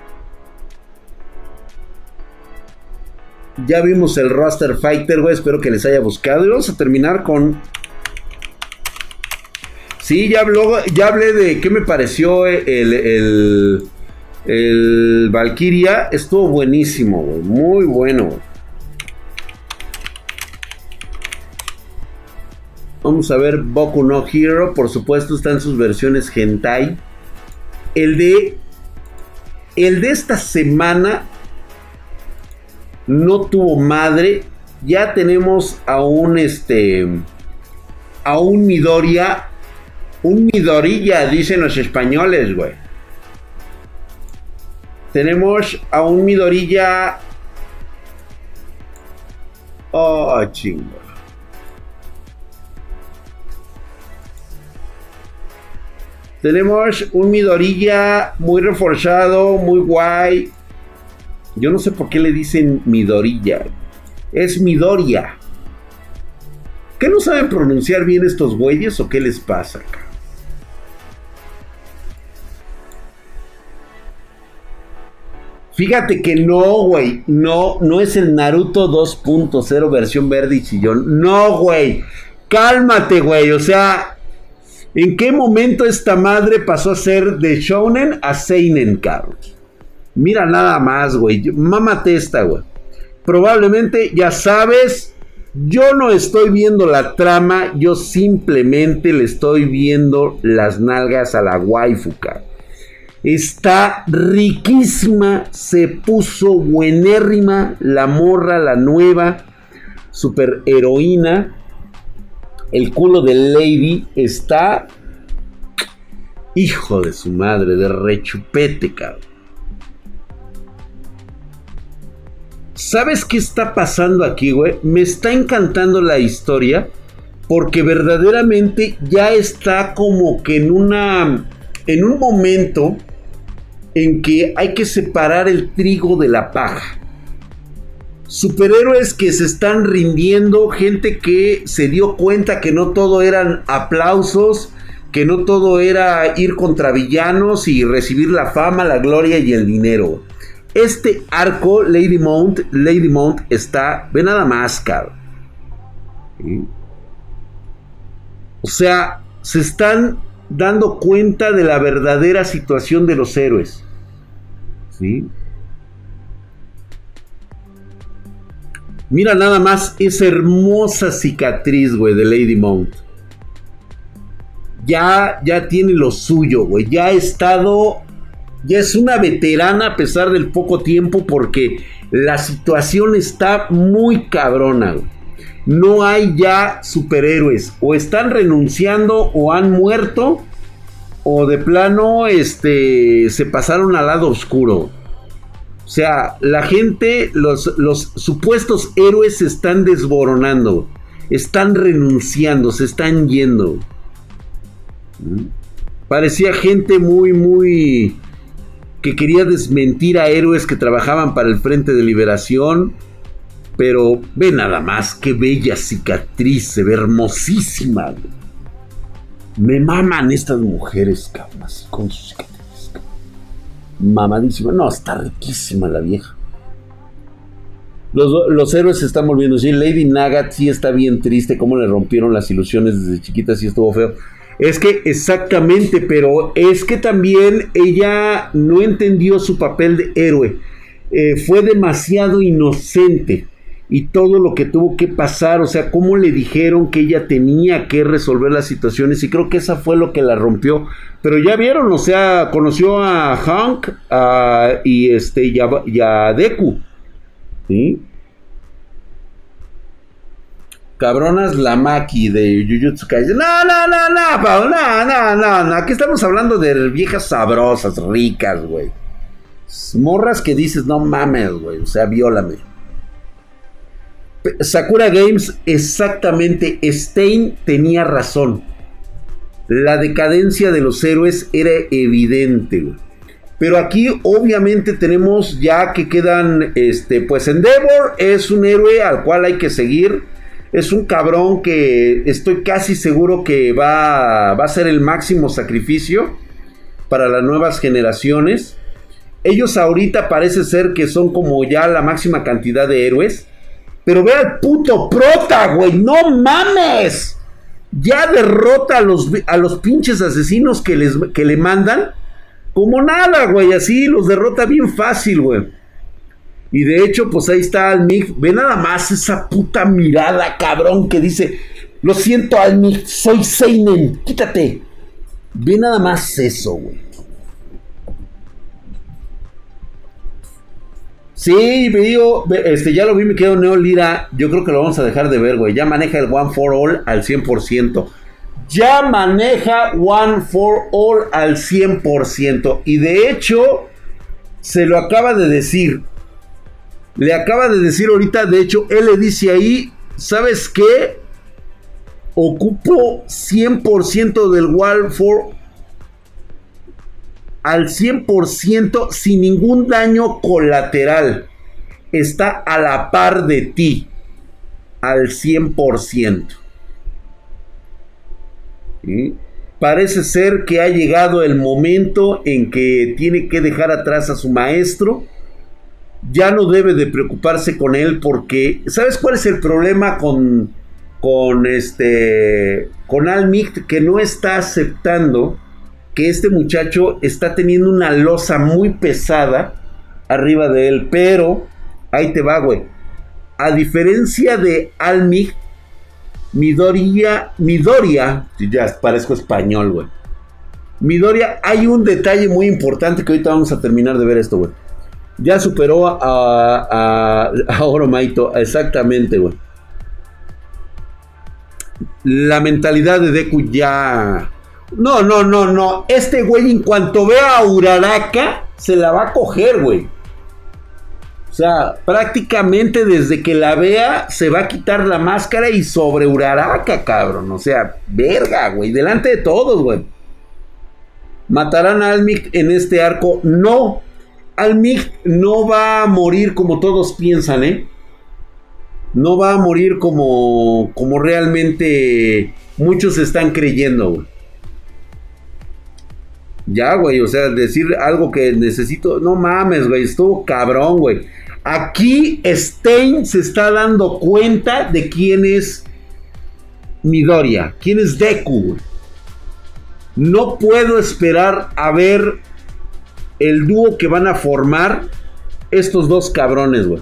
A: Ya vimos el roster fighter, güey. Espero que les haya buscado. Y vamos a terminar con... Sí, ya, habló, ya hablé de qué me pareció el... El, el Valkyria. Estuvo buenísimo, güey. Muy bueno, güey. Vamos a ver Boku no Hero. Por supuesto está en sus versiones hentai. El de... El de esta semana... no tuvo madre. Ya tenemos a un este a un Midoriya, un Midoriya dicen los españoles, güey. Tenemos a un Midoriya. Oh, chingo. Tenemos un Midoriya muy reforzado, muy guay. Yo no sé por qué le dicen Midoriya. Es Midoriya. ¿Qué no saben pronunciar bien estos güeyes o qué les pasa acá? Fíjate que no, güey. No, no es el Naruto dos punto cero versión verde y chillón. No, güey. Cálmate, güey. O sea, ¿en qué momento esta madre pasó a ser de Shounen a Seinen, cabrón? Mira nada más, güey. Mámate esta, güey. Probablemente, ya sabes, yo no estoy viendo la trama. Yo simplemente le estoy viendo las nalgas a la waifu, cara. Está riquísima. Se puso buenérrima. La morra, la nueva super heroína. El culo de Lady está... hijo de su madre, de rechupete, cabrón. ¿Sabes qué está pasando aquí, güey? Me está encantando la historia porque verdaderamente ya está como que en una... en un momento en que hay que separar el trigo de la paja. Superhéroes que se están rindiendo, gente que se dio cuenta que no todo eran aplausos, que no todo era ir contra villanos y recibir la fama, la gloria y el dinero. Este arco, Lady Mount, Lady Mount está, ve nada más, cabrón. ¿Sí? O sea, se están dando cuenta de la verdadera situación de los héroes. ¿Sí? Mira nada más esa hermosa cicatriz, güey, de Lady Mount. Ya, ya tiene lo suyo, güey. Ya ha estado... ya es una veterana a pesar del poco tiempo porque la situación está muy cabrona, güey. No hay ya superhéroes. O están renunciando o han muerto. o de plano este, se pasaron al lado oscuro. O sea, la gente, los, los supuestos héroes se están desboronando, están renunciando, se están yendo. Parecía gente muy, muy... que quería desmentir a héroes que trabajaban para el Frente de Liberación. Pero ve nada más, qué bella cicatriz, se ve hermosísima. Me maman estas mujeres, cabrón, así con sus cicatrices. Mamadísima. No, está riquísima la vieja. Los, los héroes se están volviendo. Sí, Lady Nugget sí está bien triste. Cómo le rompieron las ilusiones desde chiquita. Sí estuvo feo. Es que exactamente, pero es que también ella no entendió su papel de héroe. Eh, fue demasiado inocente. Y todo lo que tuvo que pasar, o sea, cómo le dijeron que ella tenía que resolver las situaciones, y creo que esa fue lo que la rompió. Pero ya vieron, o sea, conoció a Hank a, y, este, y, a, y a Deku, ¿sí? Cabronas la Maki de Jujutsu Kaisen. No, no, no, no, Pau, no, no, no, no, aquí estamos hablando de viejas sabrosas, ricas, güey. Morras que dices, no mames, güey, o sea, viólame. Sakura Games, exactamente, Stein tenía razón. La decadencia de los héroes era evidente, güey. Pero aquí obviamente tenemos ya que quedan, este, pues Endeavor es un héroe al cual hay que seguir. Es un cabrón que estoy casi seguro que va, va a ser el máximo sacrificio para las nuevas generaciones. Ellos ahorita parece ser que son como ya la máxima cantidad de héroes. Pero ve al puto prota, güey. No mames. Ya derrota a los, a los pinches asesinos que, les, que le mandan. Como nada, güey. Así los derrota bien fácil, güey. Y de hecho, pues ahí está Almig. Ve nada más esa puta mirada, cabrón, que dice: lo siento, Almig, soy Seinen, quítate. Ve nada más eso, güey. Sí, me digo, este, ya lo vi, me quedo Neo Lira. Yo creo que lo vamos a dejar de ver, güey. Ya maneja el One for All al cien por ciento. Ya maneja One for All al cien por ciento. Y de hecho, se lo acaba de decir. Le acaba de decir ahorita, de hecho, él le dice ahí, ¿sabes qué? Ocupo cien por ciento del One for All. Al cien por ciento sin ningún daño colateral. Está a la par de ti. Al cien por ciento. ¿Sí? Parece ser que ha llegado el momento en que tiene que dejar atrás a su maestro. Ya no debe de preocuparse con él porque... ¿Sabes cuál es el problema con... Con este... Con Almig? Que no está aceptando... que este muchacho está teniendo una losa muy pesada arriba de él, pero ahí te va, güey. A diferencia de Almig, Midoriya, Midoriya, ya parezco español, güey. Midoriya, hay un detalle muy importante que ahorita vamos a terminar de ver esto, güey. Ya superó a, a, a Oromaito, exactamente, güey. La mentalidad de Deku ya... No, no, no, no. Este güey, en cuanto vea a Uraraka, se la va a coger, güey. O sea, prácticamente desde que la vea, se va a quitar la máscara y sobre Uraraka, cabrón. O sea, verga, güey. Delante de todos, güey. ¿Matarán a Almig en este arco? No. Almig no va a morir como todos piensan, ¿eh? No va a morir como, como realmente muchos están creyendo, güey. Ya, güey, o sea, decir algo que necesito... No mames, güey, estuvo cabrón, güey. Aquí Stein se está dando cuenta de quién es Midoriya, quién es Deku, güey. No puedo esperar a ver el dúo que van a formar estos dos cabrones, güey.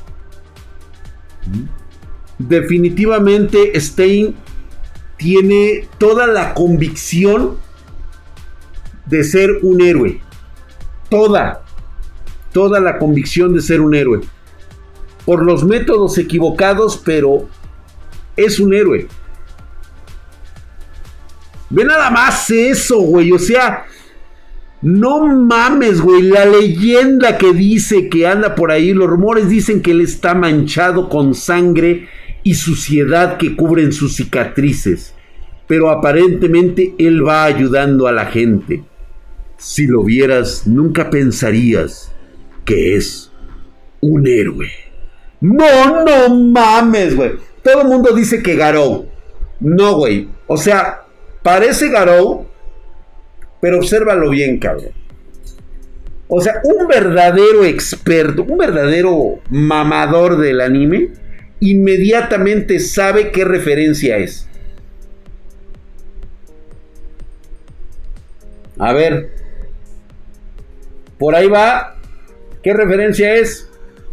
A: Definitivamente Stein tiene toda la convicción de ser un héroe. Toda, toda la convicción de ser un héroe. Por los métodos equivocados, pero es un héroe. Ve nada más eso, güey. O sea, no mames, güey. La leyenda que dice que anda por ahí, los rumores dicen que él está manchado con sangre y suciedad que cubren sus cicatrices. Pero aparentemente él va ayudando a la gente. Si lo vieras, nunca pensarías que es un héroe. No, no mames, güey. Todo el mundo dice que Garou. No, güey. O sea, parece Garou, pero obsérvalo bien, cabrón. O sea, un verdadero experto, un verdadero mamador del anime, inmediatamente sabe qué referencia es. A ver. Por ahí va. ¿Qué referencia es?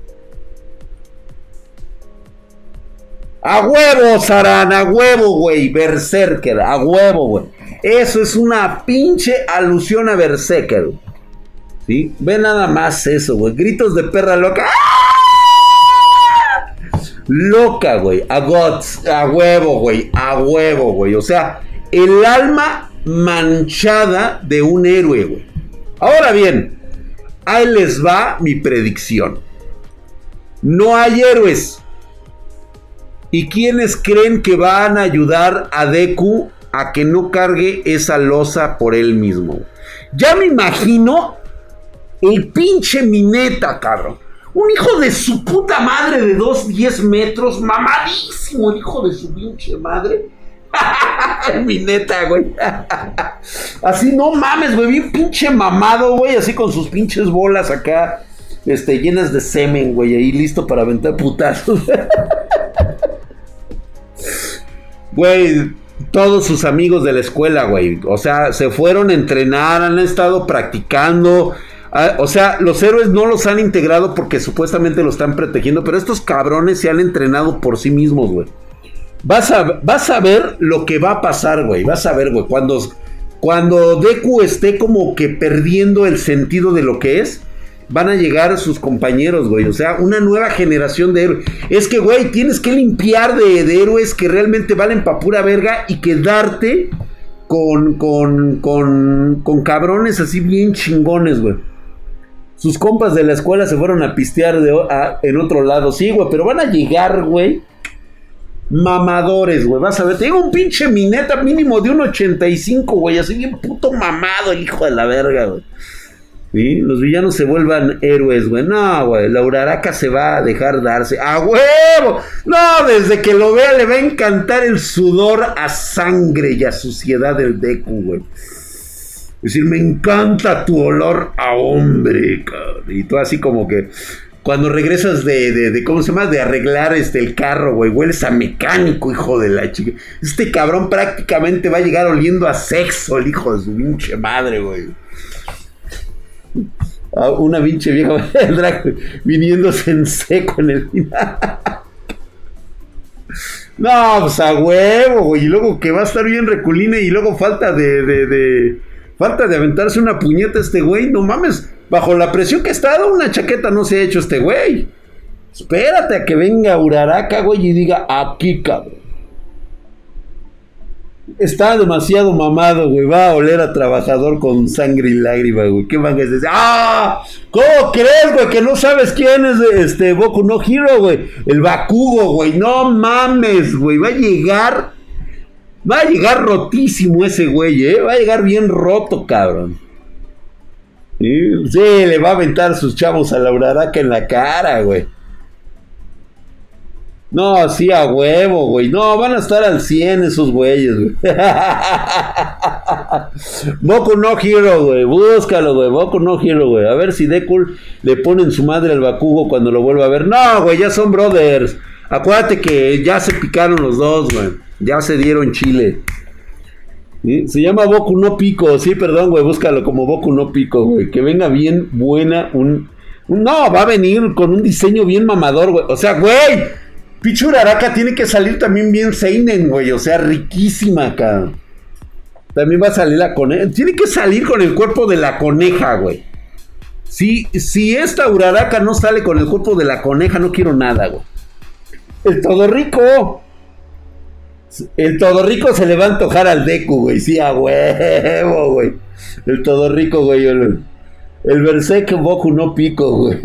A: A huevo, Saran, a huevo, güey. Berserker, a huevo, güey. Eso es una pinche alusión a Berserker. ¿Sí? Ve nada más eso, güey. Gritos de perra loca. ¡Ah! Loca, güey. A Gods, a huevo, güey. A huevo, güey. O sea, el alma manchada de un héroe, güey. Ahora bien, ahí les va mi predicción. No hay héroes. ¿Y quiénes creen que van a ayudar a Deku a que no cargue esa losa por él mismo? Ya me imagino el pinche Mineta, cabrón. Un hijo de su puta madre de dos, diez metros, mamadísimo el hijo de su pinche madre. El Mineta, güey. Así, no mames, güey, bien pinche mamado, güey, así con sus pinches bolas acá, este, llenas de semen, güey, ahí listo para aventar putazos. Güey, todos sus amigos de la escuela, güey, o sea, se fueron a entrenar, han estado practicando. O sea, los héroes no los han integrado porque supuestamente lo están protegiendo, pero estos cabrones se han entrenado por sí mismos, güey. Vas a, vas a ver lo que va a pasar, güey. Vas a ver, güey. Cuando, cuando Deku esté como que perdiendo el sentido de lo que es, van a llegar sus compañeros, güey. O sea, una nueva generación de héroes. Es que, güey, tienes que limpiar de, de héroes que realmente valen pa' pura verga y quedarte con, con, con, con cabrones así bien chingones, güey. Sus compas de la escuela se fueron a pistear de, a, en otro lado. Sí, güey, pero van a llegar, güey, mamadores, güey. Vas a ver, te digo un pinche Mineta mínimo de un ochenta y cinco, güey. Así bien puto mamado el hijo de la verga, güey. ¿Sí? Los villanos se vuelvan héroes, güey. No, güey, la Uraraka se va a dejar darse. ¡A huevo! No, desde que lo vea le va a encantar el sudor a sangre y a suciedad del Deku, güey. Es decir, me encanta tu olor a hombre, cabrón. Y tú así como que cuando regresas de, de, de ¿cómo se llama? De arreglar este, el carro, güey, hueles a mecánico, hijo de la chica. Este cabrón prácticamente va a llegar oliendo a sexo, el hijo de su pinche madre, güey. A una pinche vieja viniéndose en seco en el final. No, pues a huevo, güey. Y luego que va a estar bien reculina y luego falta de... de, de falta de aventarse una puñeta este güey. No mames, bajo la presión que está, una chaqueta no se ha hecho este güey. Espérate a que venga Uraraka, güey, y diga, aquí, cabrón. Está demasiado mamado, güey. Va a oler a trabajador con sangre y lágrimas, güey. ¿Qué van a decir? ¡Ah! ¿Cómo crees, güey? Que no sabes quién es este Boku no Hero, güey. El Bakugo, güey. No mames, güey. Va a llegar... Va a llegar rotísimo ese güey, ¿eh? Va a llegar bien roto, cabrón. Sí, sí, le va a aventar sus chavos a la Uraraka en la cara, güey. No, sí, a huevo, güey. No, van a estar al cien esos güeyes, güey. Boku no Hero, güey. Búscalo, güey. Boku no Hero, güey. A ver si Deku le ponen su madre al Bakugo cuando lo vuelva a ver. No, güey, ya son brothers. Acuérdate que ya se picaron los dos, güey. Ya se dieron chile. ¿Sí? Se llama Boku no Pico. Sí, perdón, güey. Búscalo como Boku no Pico, güey. Que venga bien buena. Un, un... No, va a venir con un diseño bien mamador, güey. O sea, güey. Pichu Uraraka tiene que salir también bien seinen, güey. O sea, riquísima acá. También va a salir la coneja. Tiene que salir con el cuerpo de la coneja, güey. Si, si esta Uraraka no sale con el cuerpo de la coneja, no quiero nada, güey. El todo rico. El todo rico se le va a antojar al Deku, güey. Sí, a huevo, güey. El todo rico, güey. El, el Berserk Boku no Pico, güey.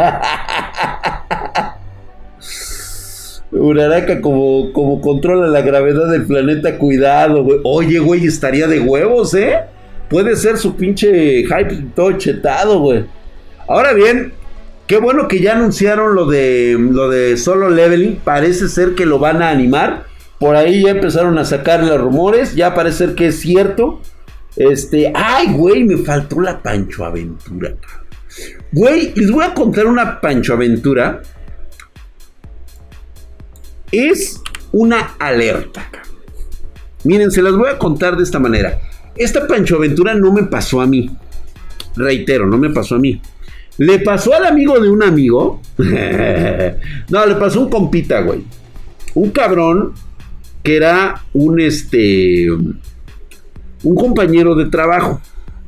A: Uraraka como, como controla la gravedad del planeta, cuidado, güey. Oye, güey, estaría de huevos, ¿eh? Puede ser su pinche hype todo chetado, güey. Ahora bien, qué bueno que ya anunciaron lo de, lo de Solo Leveling. Parece ser que lo van a animar. Por ahí ya empezaron a sacar los rumores. Ya parece ser que es cierto. Este, ay, güey, me faltó la Pancho Aventura. Güey, les voy a contar una Pancho Aventura. Es una alerta. Miren, se las voy a contar de esta manera. Esta Pancho Aventura no me pasó a mí. Reitero, no me pasó a mí. Le pasó al amigo de un amigo. No, le pasó a un compita, güey. Un cabrón que era un este un compañero de trabajo.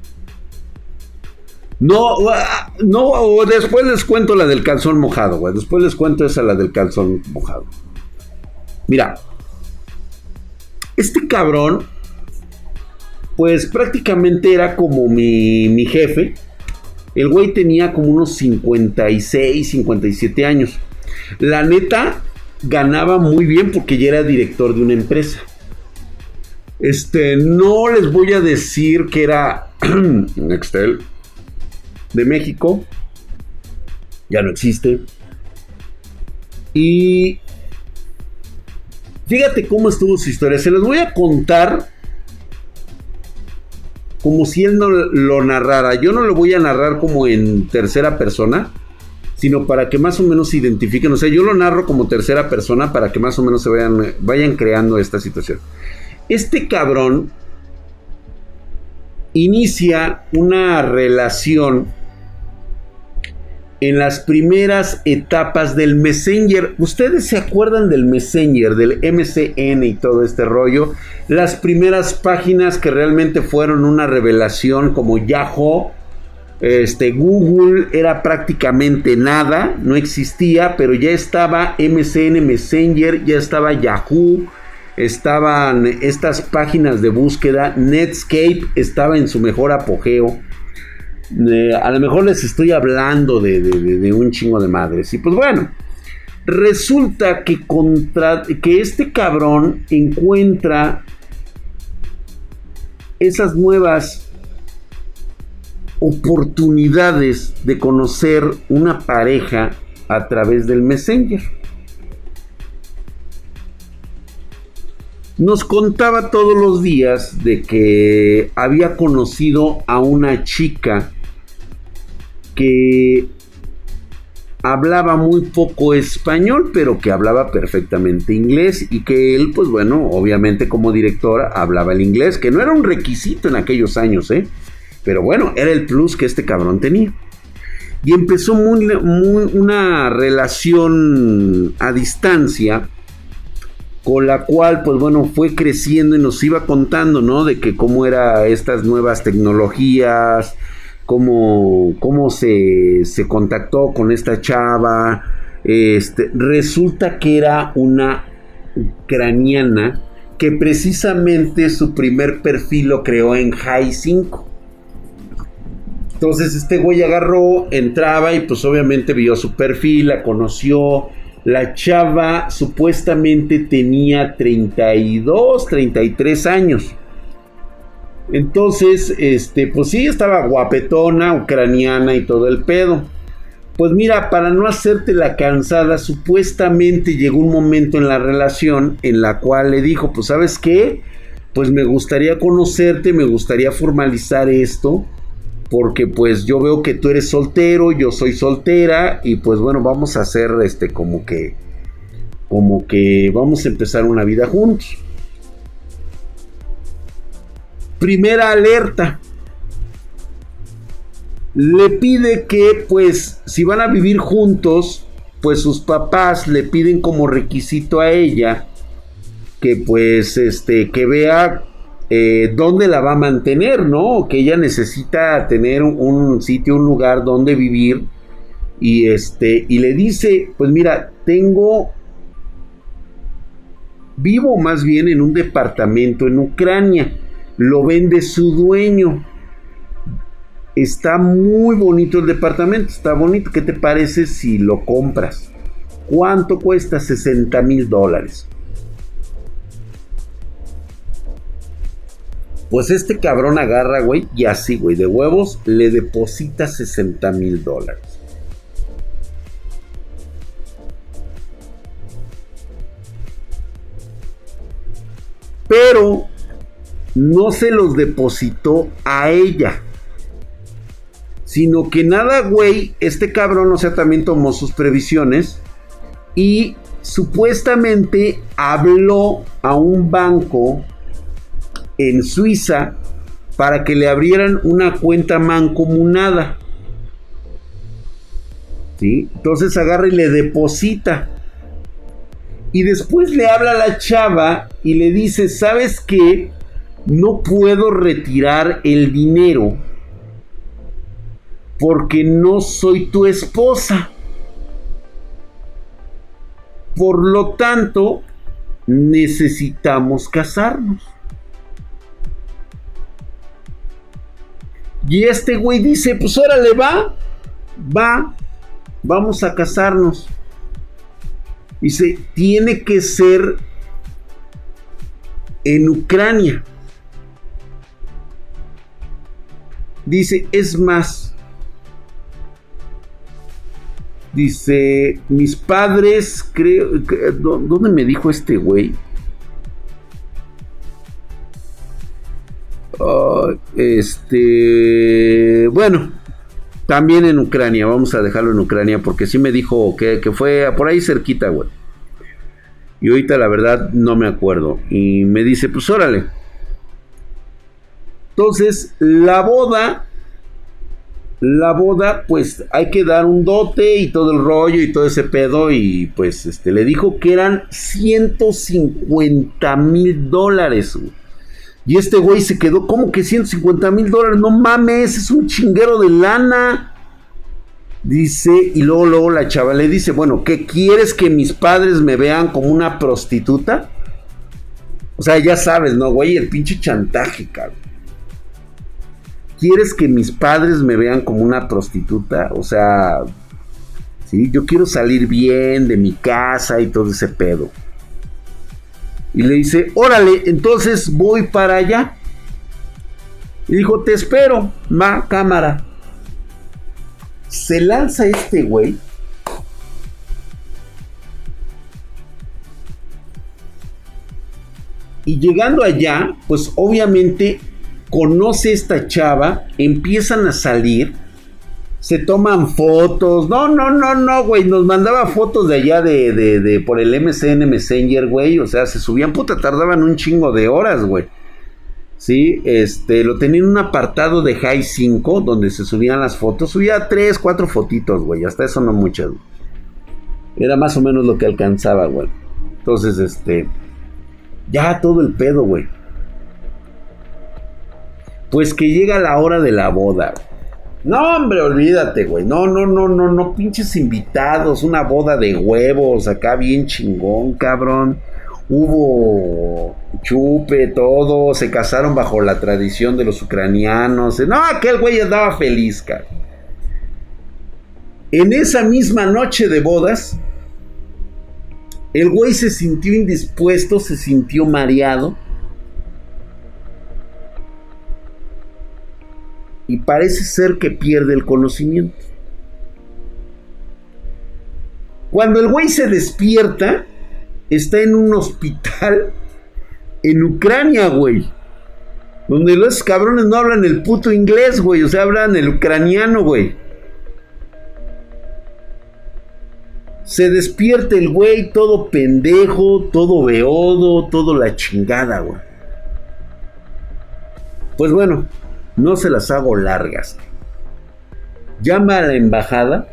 A: No, no, después les cuento la del calzón mojado, güey. Después les cuento esa, la del calzón mojado. Mira, este cabrón, pues prácticamente era como mi, mi jefe. El güey tenía como unos cincuenta y seis, cincuenta y siete años. La neta, ganaba muy bien porque ya era director de una empresa. Este, no les voy a decir que era Nextel de México. Ya no existe. Y fíjate cómo estuvo su historia. Se los voy a contar como si él no lo narrara. Yo no lo voy a narrar como en tercera persona, sino para que más o menos se identifiquen. O sea, yo lo narro como tercera persona para que más o menos se vayan, vayan creando esta situación. Este cabrón inicia una relación en las primeras etapas del Messenger. ¿Ustedes se acuerdan del Messenger, del M C N y todo este rollo? Las primeras páginas que realmente fueron una revelación, como Yahoo, este, Google era prácticamente nada, no existía, pero ya estaba M C N Messenger, ya estaba Yahoo, estaban estas páginas de búsqueda, Netscape estaba en su mejor apogeo. Eh, a lo mejor les estoy hablando de, de, de, de un chingo de madres. Y pues bueno, resulta que, contra, que este cabrón encuentra esas nuevas oportunidades de conocer una pareja a través del Messenger. Nos contaba todos los días de que había conocido a una chica que hablaba muy poco español, pero que hablaba perfectamente inglés, y que él, pues bueno, obviamente como director hablaba el inglés, que no era un requisito en aquellos años, ¿eh? Pero bueno, era el plus que este cabrón tenía. Y empezó muy, muy, una relación a distancia, con la cual, pues bueno, fue creciendo y nos iba contando, ¿no? De que cómo eran estas nuevas tecnologías, cómo, cómo se, se contactó con esta chava. Este, resulta que era una ucraniana que precisamente su primer perfil lo creó en High cinco. Entonces este güey agarró, entraba y pues obviamente vio su perfil, la conoció. La chava supuestamente tenía treinta y dos, treinta y tres años. Entonces, este, pues sí, estaba guapetona, ucraniana y todo el pedo. Pues mira, para no hacerte la cansada, supuestamente llegó un momento en la relación en la cual le dijo, pues ¿sabes qué? Pues me gustaría conocerte, me gustaría formalizar esto, porque pues yo veo que tú eres soltero, yo soy soltera, y pues bueno, vamos a hacer este como que como que vamos a empezar una vida juntos. Primera alerta. Le pide que pues si van a vivir juntos, pues sus papás le piden como requisito a ella que pues este que vea Eh, dónde la va a mantener, ¿no? Que ella necesita tener un, un sitio, un lugar donde vivir. Y este, y le dice, pues mira, tengo vivo más bien en un departamento en Ucrania. Lo vende su dueño. Está muy bonito el departamento, está bonito. ¿Qué te parece si lo compras? ¿Cuánto cuesta? sesenta mil dólares. Pues este cabrón agarra, güey, y así, güey, de huevos, le deposita sesenta mil dólares. Pero no se los depositó a ella, sino que nada, güey, este cabrón, o sea, también tomó sus previsiones y supuestamente habló a un banco en Suiza para que le abrieran una cuenta mancomunada. ¿Sí? Entonces agarra y le deposita. Y después le habla a la chava y le dice, ¿sabes qué? No puedo retirar el dinero porque no soy tu esposa. Por lo tanto, necesitamos casarnos. Y este güey dice, pues órale, va, va, vamos a casarnos. Dice, tiene que ser en Ucrania. Dice, es más, dice, mis padres, creo, ¿dónde me dijo este güey? Uh, este, bueno, también en Ucrania, vamos a dejarlo en Ucrania porque sí me dijo que, que fue por ahí cerquita, güey. Y ahorita la verdad no me acuerdo. Y me dice, pues órale. Entonces, la boda, la boda, pues hay que dar un dote y todo el rollo y todo ese pedo. Y pues este le dijo que eran ciento cincuenta mil dólares, güey. Y este güey se quedó, ¿cómo que ciento cincuenta mil dólares? No mames, es un chinguero de lana. Dice, y luego, luego la chava le dice, bueno, ¿qué quieres que mis padres me vean como una prostituta? O sea, ya sabes, ¿no, güey? El pinche chantaje, cabrón. ¿Quieres que mis padres me vean como una prostituta? O sea, sí, yo quiero salir bien de mi casa y todo ese pedo. Y le dice, órale, entonces voy para allá. Y dijo, te espero, ma, cámara. Se lanza este güey. Y llegando allá, pues obviamente conoce a esta chava, empiezan a salir, se toman fotos. No, no, no, no, güey. Nos mandaba fotos de allá de, de, de por el M S N Messenger, güey. O sea, se subían, puta, tardaban un chingo de horas, güey. Sí, este, lo tenía en un apartado de High cinco, donde se subían las fotos. Subía tres, cuatro fotitos, güey. Hasta eso no muchas, güey. Era más o menos lo que alcanzaba, güey. Entonces, este, ya todo el pedo, güey. Pues que llega la hora de la boda, güey. No, hombre, olvídate, güey. No, no, no, no, no, pinches invitados. Una boda de huevos, acá bien chingón, cabrón. Hubo chupe, todo. Se casaron bajo la tradición de los ucranianos. No, aquel güey andaba feliz, cabrón. En esa misma noche de bodas, el güey se sintió indispuesto, se sintió mareado. Y parece ser que pierde el conocimiento. Cuando el güey se despierta, está en un hospital en Ucrania, güey. Donde los cabrones no hablan el puto inglés, güey. O sea, hablan el ucraniano, güey. Se despierta el güey todo pendejo, todo beodo, todo la chingada, güey. Pues bueno, no se las hago largas. Llama a la embajada.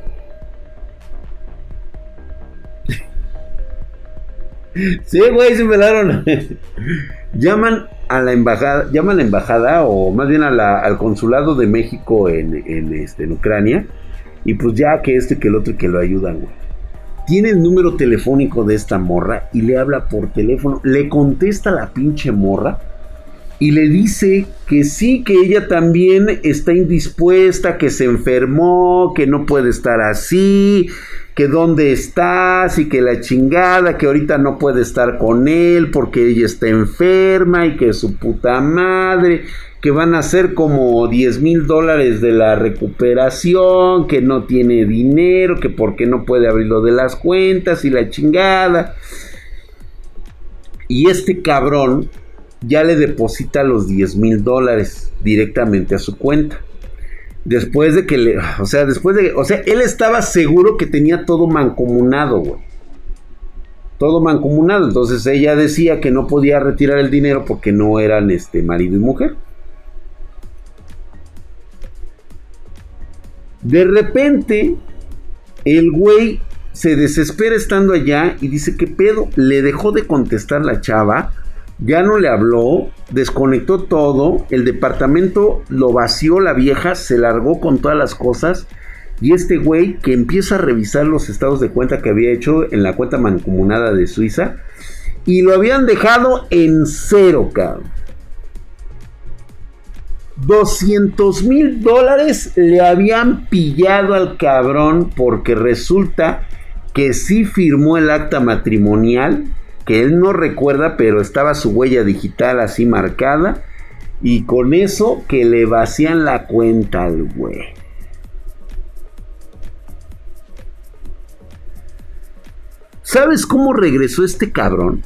A: Sí, güey, se pelaron. Llaman a la embajada, llaman a la embajada, o más bien a la, al consulado de México en, en, este, en Ucrania. Y pues ya que este, que el otro, que lo ayudan, güey. tiene el número telefónico de esta morra y le habla por teléfono. Le contesta la pinche morra y le dice que sí, que ella también está indispuesta, que se enfermó, que no puede estar así, que dónde estás y que la chingada, que ahorita no puede estar con él porque ella está enferma y que su puta madre, que van a ser como diez mil dólares de la recuperación, que no tiene dinero, que porque no puede abrirlo de las cuentas y la chingada. Y este cabrón ya le deposita los diez mil dólares directamente a su cuenta. Después de que le, o sea, después de, o sea, él estaba seguro que tenía todo mancomunado, güey. Todo mancomunado. Entonces ella decía que no podía retirar el dinero porque no eran este marido y mujer. De repente, el güey se desespera estando allá y dice, ¿qué pedo? Le dejó de contestar la chava. Ya no le habló, desconectó todo, el departamento lo vació la vieja, se largó con todas las cosas. Y este güey que empieza a revisar los estados de cuenta que había hecho en la cuenta mancomunada de Suiza, y lo habían dejado en cero, cabrón. doscientos mil dólares le habían pillado al cabrón porque resulta que sí firmó el acta matrimonial, que él no recuerda, pero estaba su huella digital así marcada, y con eso que le vacían la cuenta al güey. ¿Sabes cómo regresó este cabrón?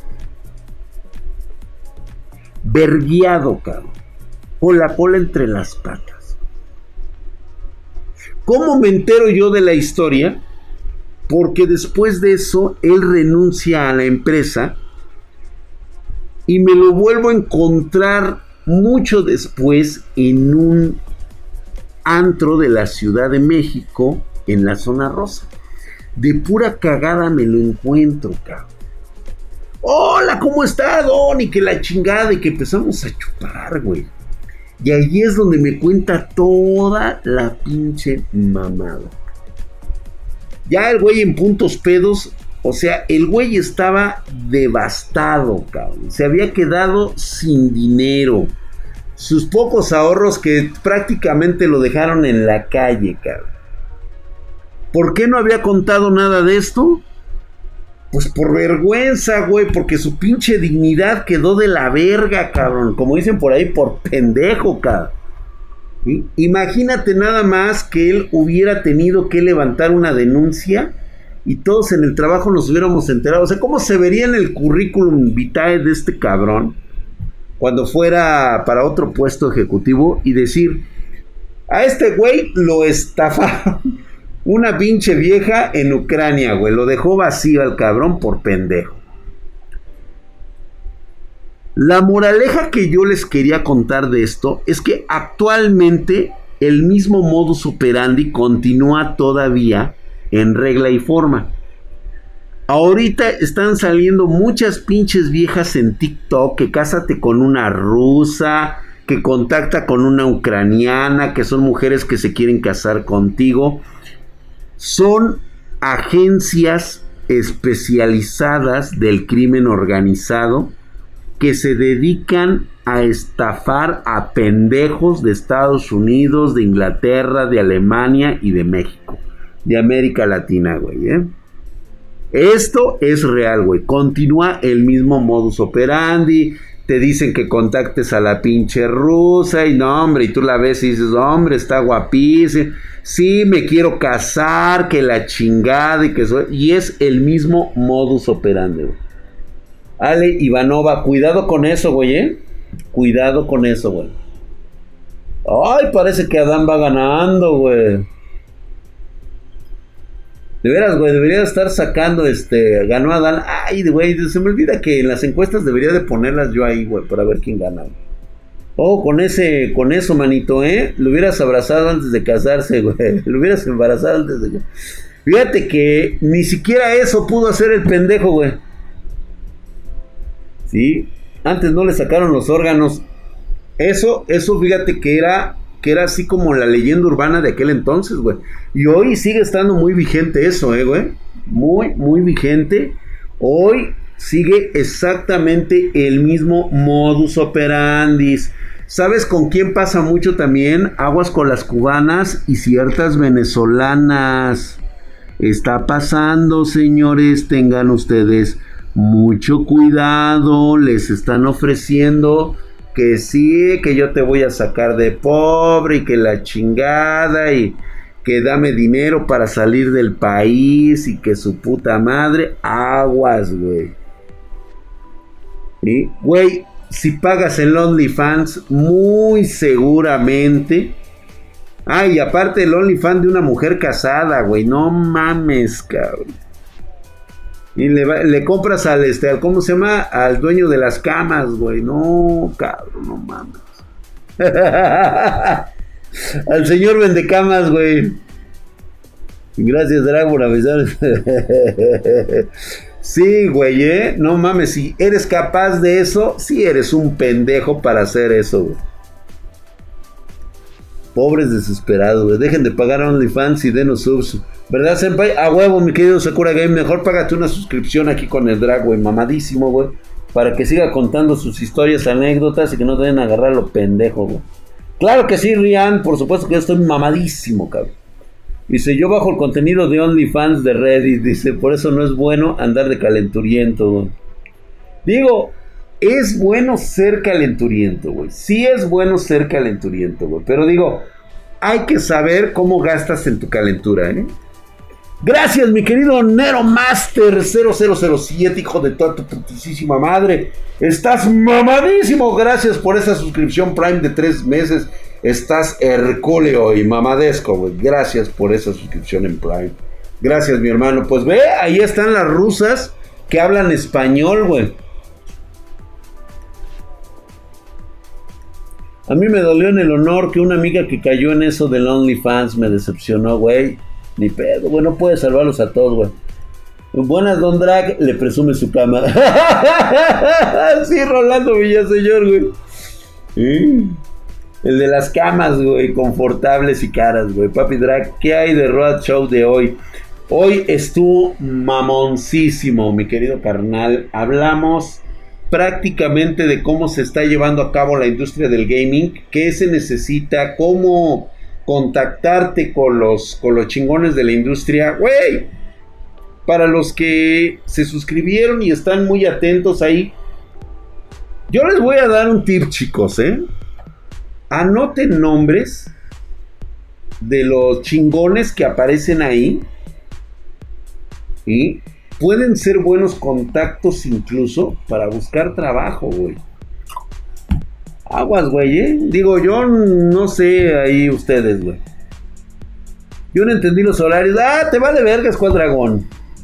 A: Verguiado, cabrón, con la cola entre las patas. ¿Cómo me entero yo de la historia? Porque después de eso, él renuncia a la empresa y me lo vuelvo a encontrar mucho después en un antro de la Ciudad de México, en la zona rosa. De pura cagada me lo encuentro, cabrón. Hola, ¿cómo está, don? Y que la chingada, y que empezamos a chupar, güey. Y ahí es donde me cuenta toda la pinche mamada. Ya el güey en puntos pedos, o sea, el güey estaba devastado, cabrón. Se había quedado sin dinero. Sus pocos ahorros que prácticamente lo dejaron en la calle, cabrón. ¿Por qué no había contado nada de esto? Pues por vergüenza, güey, porque su pinche dignidad quedó de la verga, cabrón. Como dicen por ahí, por pendejo, cabrón. ¿Sí? Imagínate nada más que él hubiera tenido que levantar una denuncia y todos en el trabajo nos hubiéramos enterado. O sea, ¿cómo se vería en el currículum vitae de este cabrón cuando fuera para otro puesto ejecutivo y decir, a este güey lo estafaron una pinche vieja en Ucrania, güey, lo dejó vacío al cabrón por pendejo? La moraleja que yo les quería contar de esto es que actualmente el mismo modus operandi continúa todavía en regla y forma. Ahorita están saliendo muchas pinches viejas en TikTok que cásate con una rusa, que contacta con una ucraniana, que son mujeres que se quieren casar contigo. Son agencias especializadas del crimen organizado que se dedican a estafar a pendejos de Estados Unidos, de Inglaterra, de Alemania y de México, de América Latina, güey, ¿eh? Esto es real, güey. Continúa el mismo modus operandi. Te dicen que contactes a la pinche rusa y no, hombre, y tú la ves y dices, hombre, está guapísima. Sí, me quiero casar, que la chingada y que eso. Y es el mismo modus operandi, güey. Ale Ivanova, cuidado con eso, güey, ¿eh? Cuidado con eso, güey. Ay, parece que Adán va ganando, güey. De veras, güey, debería estar sacando, este, ganó Adán. Ay, güey, se me olvida que en las encuestas debería de ponerlas yo ahí, güey, para ver quién gana, güey. Oh, con ese, con eso, manito, ¿eh? Lo hubieras abrazado antes de casarse, güey. Lo hubieras embarazado antes de... Fíjate que ni siquiera eso pudo hacer el pendejo, güey. Sí, antes no le sacaron los órganos. Eso, eso, fíjate que era, que era así como la leyenda urbana de aquel entonces, güey. Y hoy sigue estando muy vigente eso, eh, güey. Muy, muy vigente. Hoy sigue exactamente el mismo modus operandi. ¿Sabes con quién pasa mucho también? Aguas con las cubanas y ciertas venezolanas. Está pasando, señores, tengan ustedes mucho cuidado. Les están ofreciendo que sí, que yo te voy a sacar de pobre y que la chingada y que dame dinero para salir del país y que su puta madre. Aguas, güey. ¿Sí? Güey, si pagas el OnlyFans, muy seguramente. Ay, y aparte el OnlyFans de una mujer casada, güey. No mames, cabrón. Y le, va, le compras al, este, al, ¿cómo se llama? Al dueño de las camas, güey. No, cabrón, no mames. Al señor vendecamas, güey. Gracias, Drag, por avisar. Sí, güey, ¿eh? No mames, si eres capaz de eso, sí eres un pendejo para hacer eso, güey. Pobres desesperados, güey. Dejen de pagar OnlyFans y denos subs. ¿Verdad, senpai? A huevo, mi querido Sakura Game. Mejor págate una suscripción aquí con el Drag, güey. Mamadísimo, güey. Para que siga contando sus historias, anécdotas y que no te den a agarrar lo pendejo, güey. Claro que sí, Rian. Por supuesto que yo estoy mamadísimo, cabrón. Dice, yo bajo el contenido de OnlyFans de Reddit. Dice, por eso no es bueno andar de calenturiento, güey. Digo, es bueno ser calenturiento, güey. Sí es bueno ser calenturiento, güey. Pero digo, hay que saber cómo gastas en tu calentura, ¿eh? Gracias, mi querido Nero Master cero cero cero siete, hijo de toda tu putísima madre. Estás mamadísimo. Gracias por esa suscripción Prime de tres meses. Estás hercúleo y mamadesco, güey. Gracias por esa suscripción en Prime. Gracias, mi hermano. Pues ve, ahí están las rusas que hablan español, güey. A mí me dolió en el honor que una amiga que cayó en eso del OnlyFans me decepcionó, güey. Ni pedo, güey, no puede salvarlos a todos, güey. Buenas, Don Drag, le presume su cama. Sí, Rolando Villaseñor, güey. Sí. El de las camas, güey, confortables y caras, güey. Papi Drag, ¿qué hay de Road Show de hoy? Hoy estuvo mamoncísimo, mi querido carnal. Hablamos prácticamente de cómo se está llevando a cabo la industria del gaming, qué se necesita, cómo contactarte con los, con los chingones de la industria, güey. Para los que se suscribieron y están muy atentos ahí, yo les voy a dar un tip, chicos, eh. Anoten nombres de los chingones que aparecen ahí y pueden ser buenos contactos incluso para buscar trabajo, güey. Aguas, güey, ¿eh? Digo, yo no sé ahí ustedes, güey. Yo no entendí los horarios. Ah, te vale verga, Squad Dragón.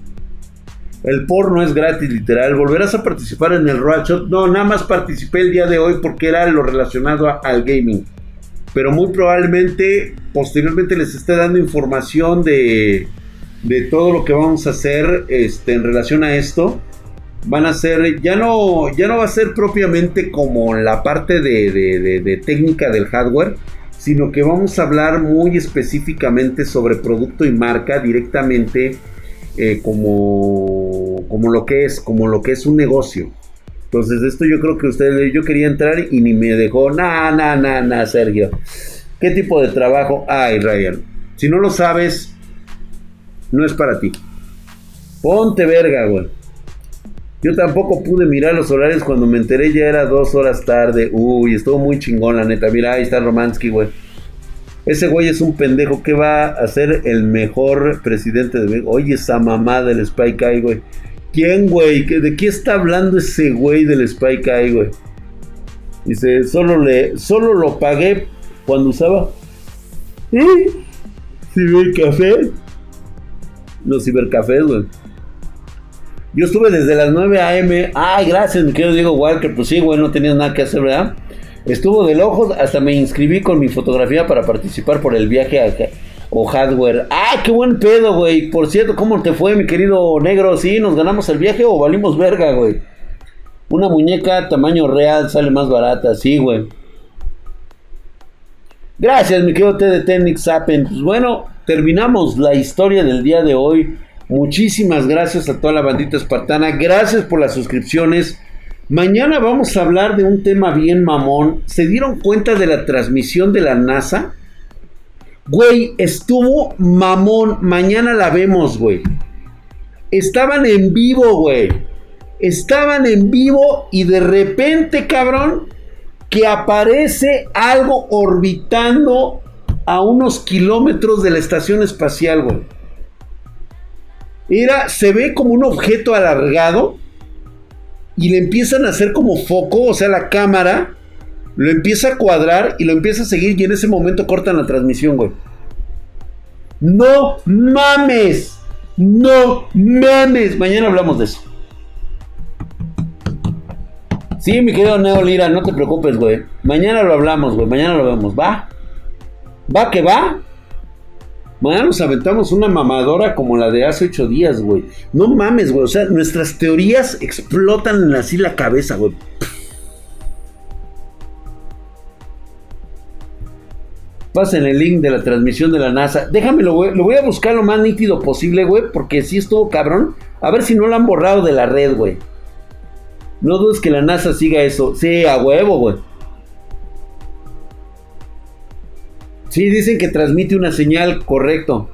A: El porno es gratis, literal. ¿Volverás a participar en el Road Shot? No, nada más participé el día de hoy porque era lo relacionado a, al gaming. Pero muy probablemente, posteriormente les esté dando información de, de todo lo que vamos a hacer este, en relación a esto. Van a ser, ya no, ya no va a ser propiamente como la parte de, de, de, de técnica del hardware, sino que vamos a hablar muy específicamente sobre producto y marca directamente eh, como, como lo que es, como lo que es un negocio. Entonces esto yo creo que ustedes, yo quería entrar y ni me dejó, nah, nah, nah, nah, Sergio. ¿Qué tipo de trabajo? Ay, Ryan, si no lo sabes, no es para ti. Ponte verga, güey. Yo tampoco pude mirar los horarios, cuando me enteré ya era dos horas tarde. Uy, estuvo muy chingón, la neta. Mira, ahí está Romansky, güey. Ese güey es un pendejo que va a ser el mejor presidente de México. Oye, esa mamá del Spike Eye, güey. ¿Quién, güey? ¿De qué está hablando ese güey del Spike Eye, güey? Dice, solo le, solo lo pagué cuando usaba ¿eh? Cibercafé. Los cibercafés, güey. Yo estuve desde las nueve a eme Ay, gracias, mi querido Diego Walker. Pues sí, güey, no tenías nada que hacer, ¿verdad? Estuvo de locos, hasta me inscribí con mi fotografía para participar por el viaje a o hardware. ¡Ah, qué buen pedo, güey! Por cierto, ¿cómo te fue, mi querido negro? ¿Sí nos ganamos el viaje o valimos verga, güey? Una muñeca tamaño real sale más barata, sí, güey. Gracias, mi querido T D T Nick Zappen. Pues bueno, terminamos la historia del día de hoy. Muchísimas gracias a toda la bandita espartana. Gracias por las suscripciones. Mañana vamos a hablar de un tema bien mamón. ¿Se dieron cuenta de la transmisión de la NASA? Güey, estuvo mamón. Mañana la vemos, güey. Estaban en vivo, güey. Estaban en vivo y de repente, cabrón, que aparece algo orbitando a unos kilómetros de la estación espacial, güey. Era, se ve como un objeto alargado y le empiezan a hacer como foco, o sea, la cámara lo empieza a cuadrar y lo empieza a seguir y en ese momento cortan la transmisión, güey. No mames, no mames. Mañana hablamos de eso. Sí, mi querido Neo Lira, no te preocupes, güey. Mañana lo hablamos, güey. Mañana lo vemos. Va. Va que va. Mañana nos aventamos una mamadora como la de hace ocho días, güey. No mames, güey. O sea, nuestras teorías explotan así la cabeza, güey. Pasen el link de la transmisión de la NASA. Déjamelo, güey. Lo voy a buscar lo más nítido posible, güey. Porque sí estuvo cabrón. A ver si no lo han borrado de la red, güey. No dudes que la NASA siga eso. Sí, a huevo, güey. Sí, dicen que transmite una señal, correcto.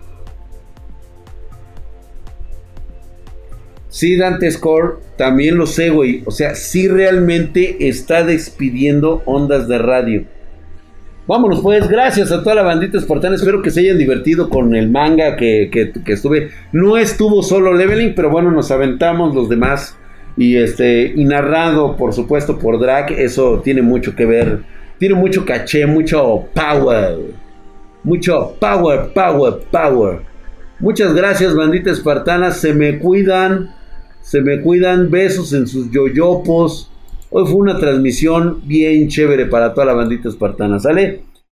A: Sí, Dante Score, también lo sé, güey. O sea, sí realmente está despidiendo ondas de radio. Vámonos pues, gracias a toda la bandita espartana. Espero que se hayan divertido con el manga que, que, que estuve. No estuvo solo Leveling, pero bueno, nos aventamos los demás. Y este, y narrado, por supuesto, por Drac. Eso tiene mucho que ver. Tiene mucho caché, mucho power. Mucho power, power, power. Muchas gracias, bandita espartana. Se me cuidan. Se me cuidan. Besos en sus yoyopos. Hoy fue una transmisión bien chévere para toda la bandita espartana. ¿Sale?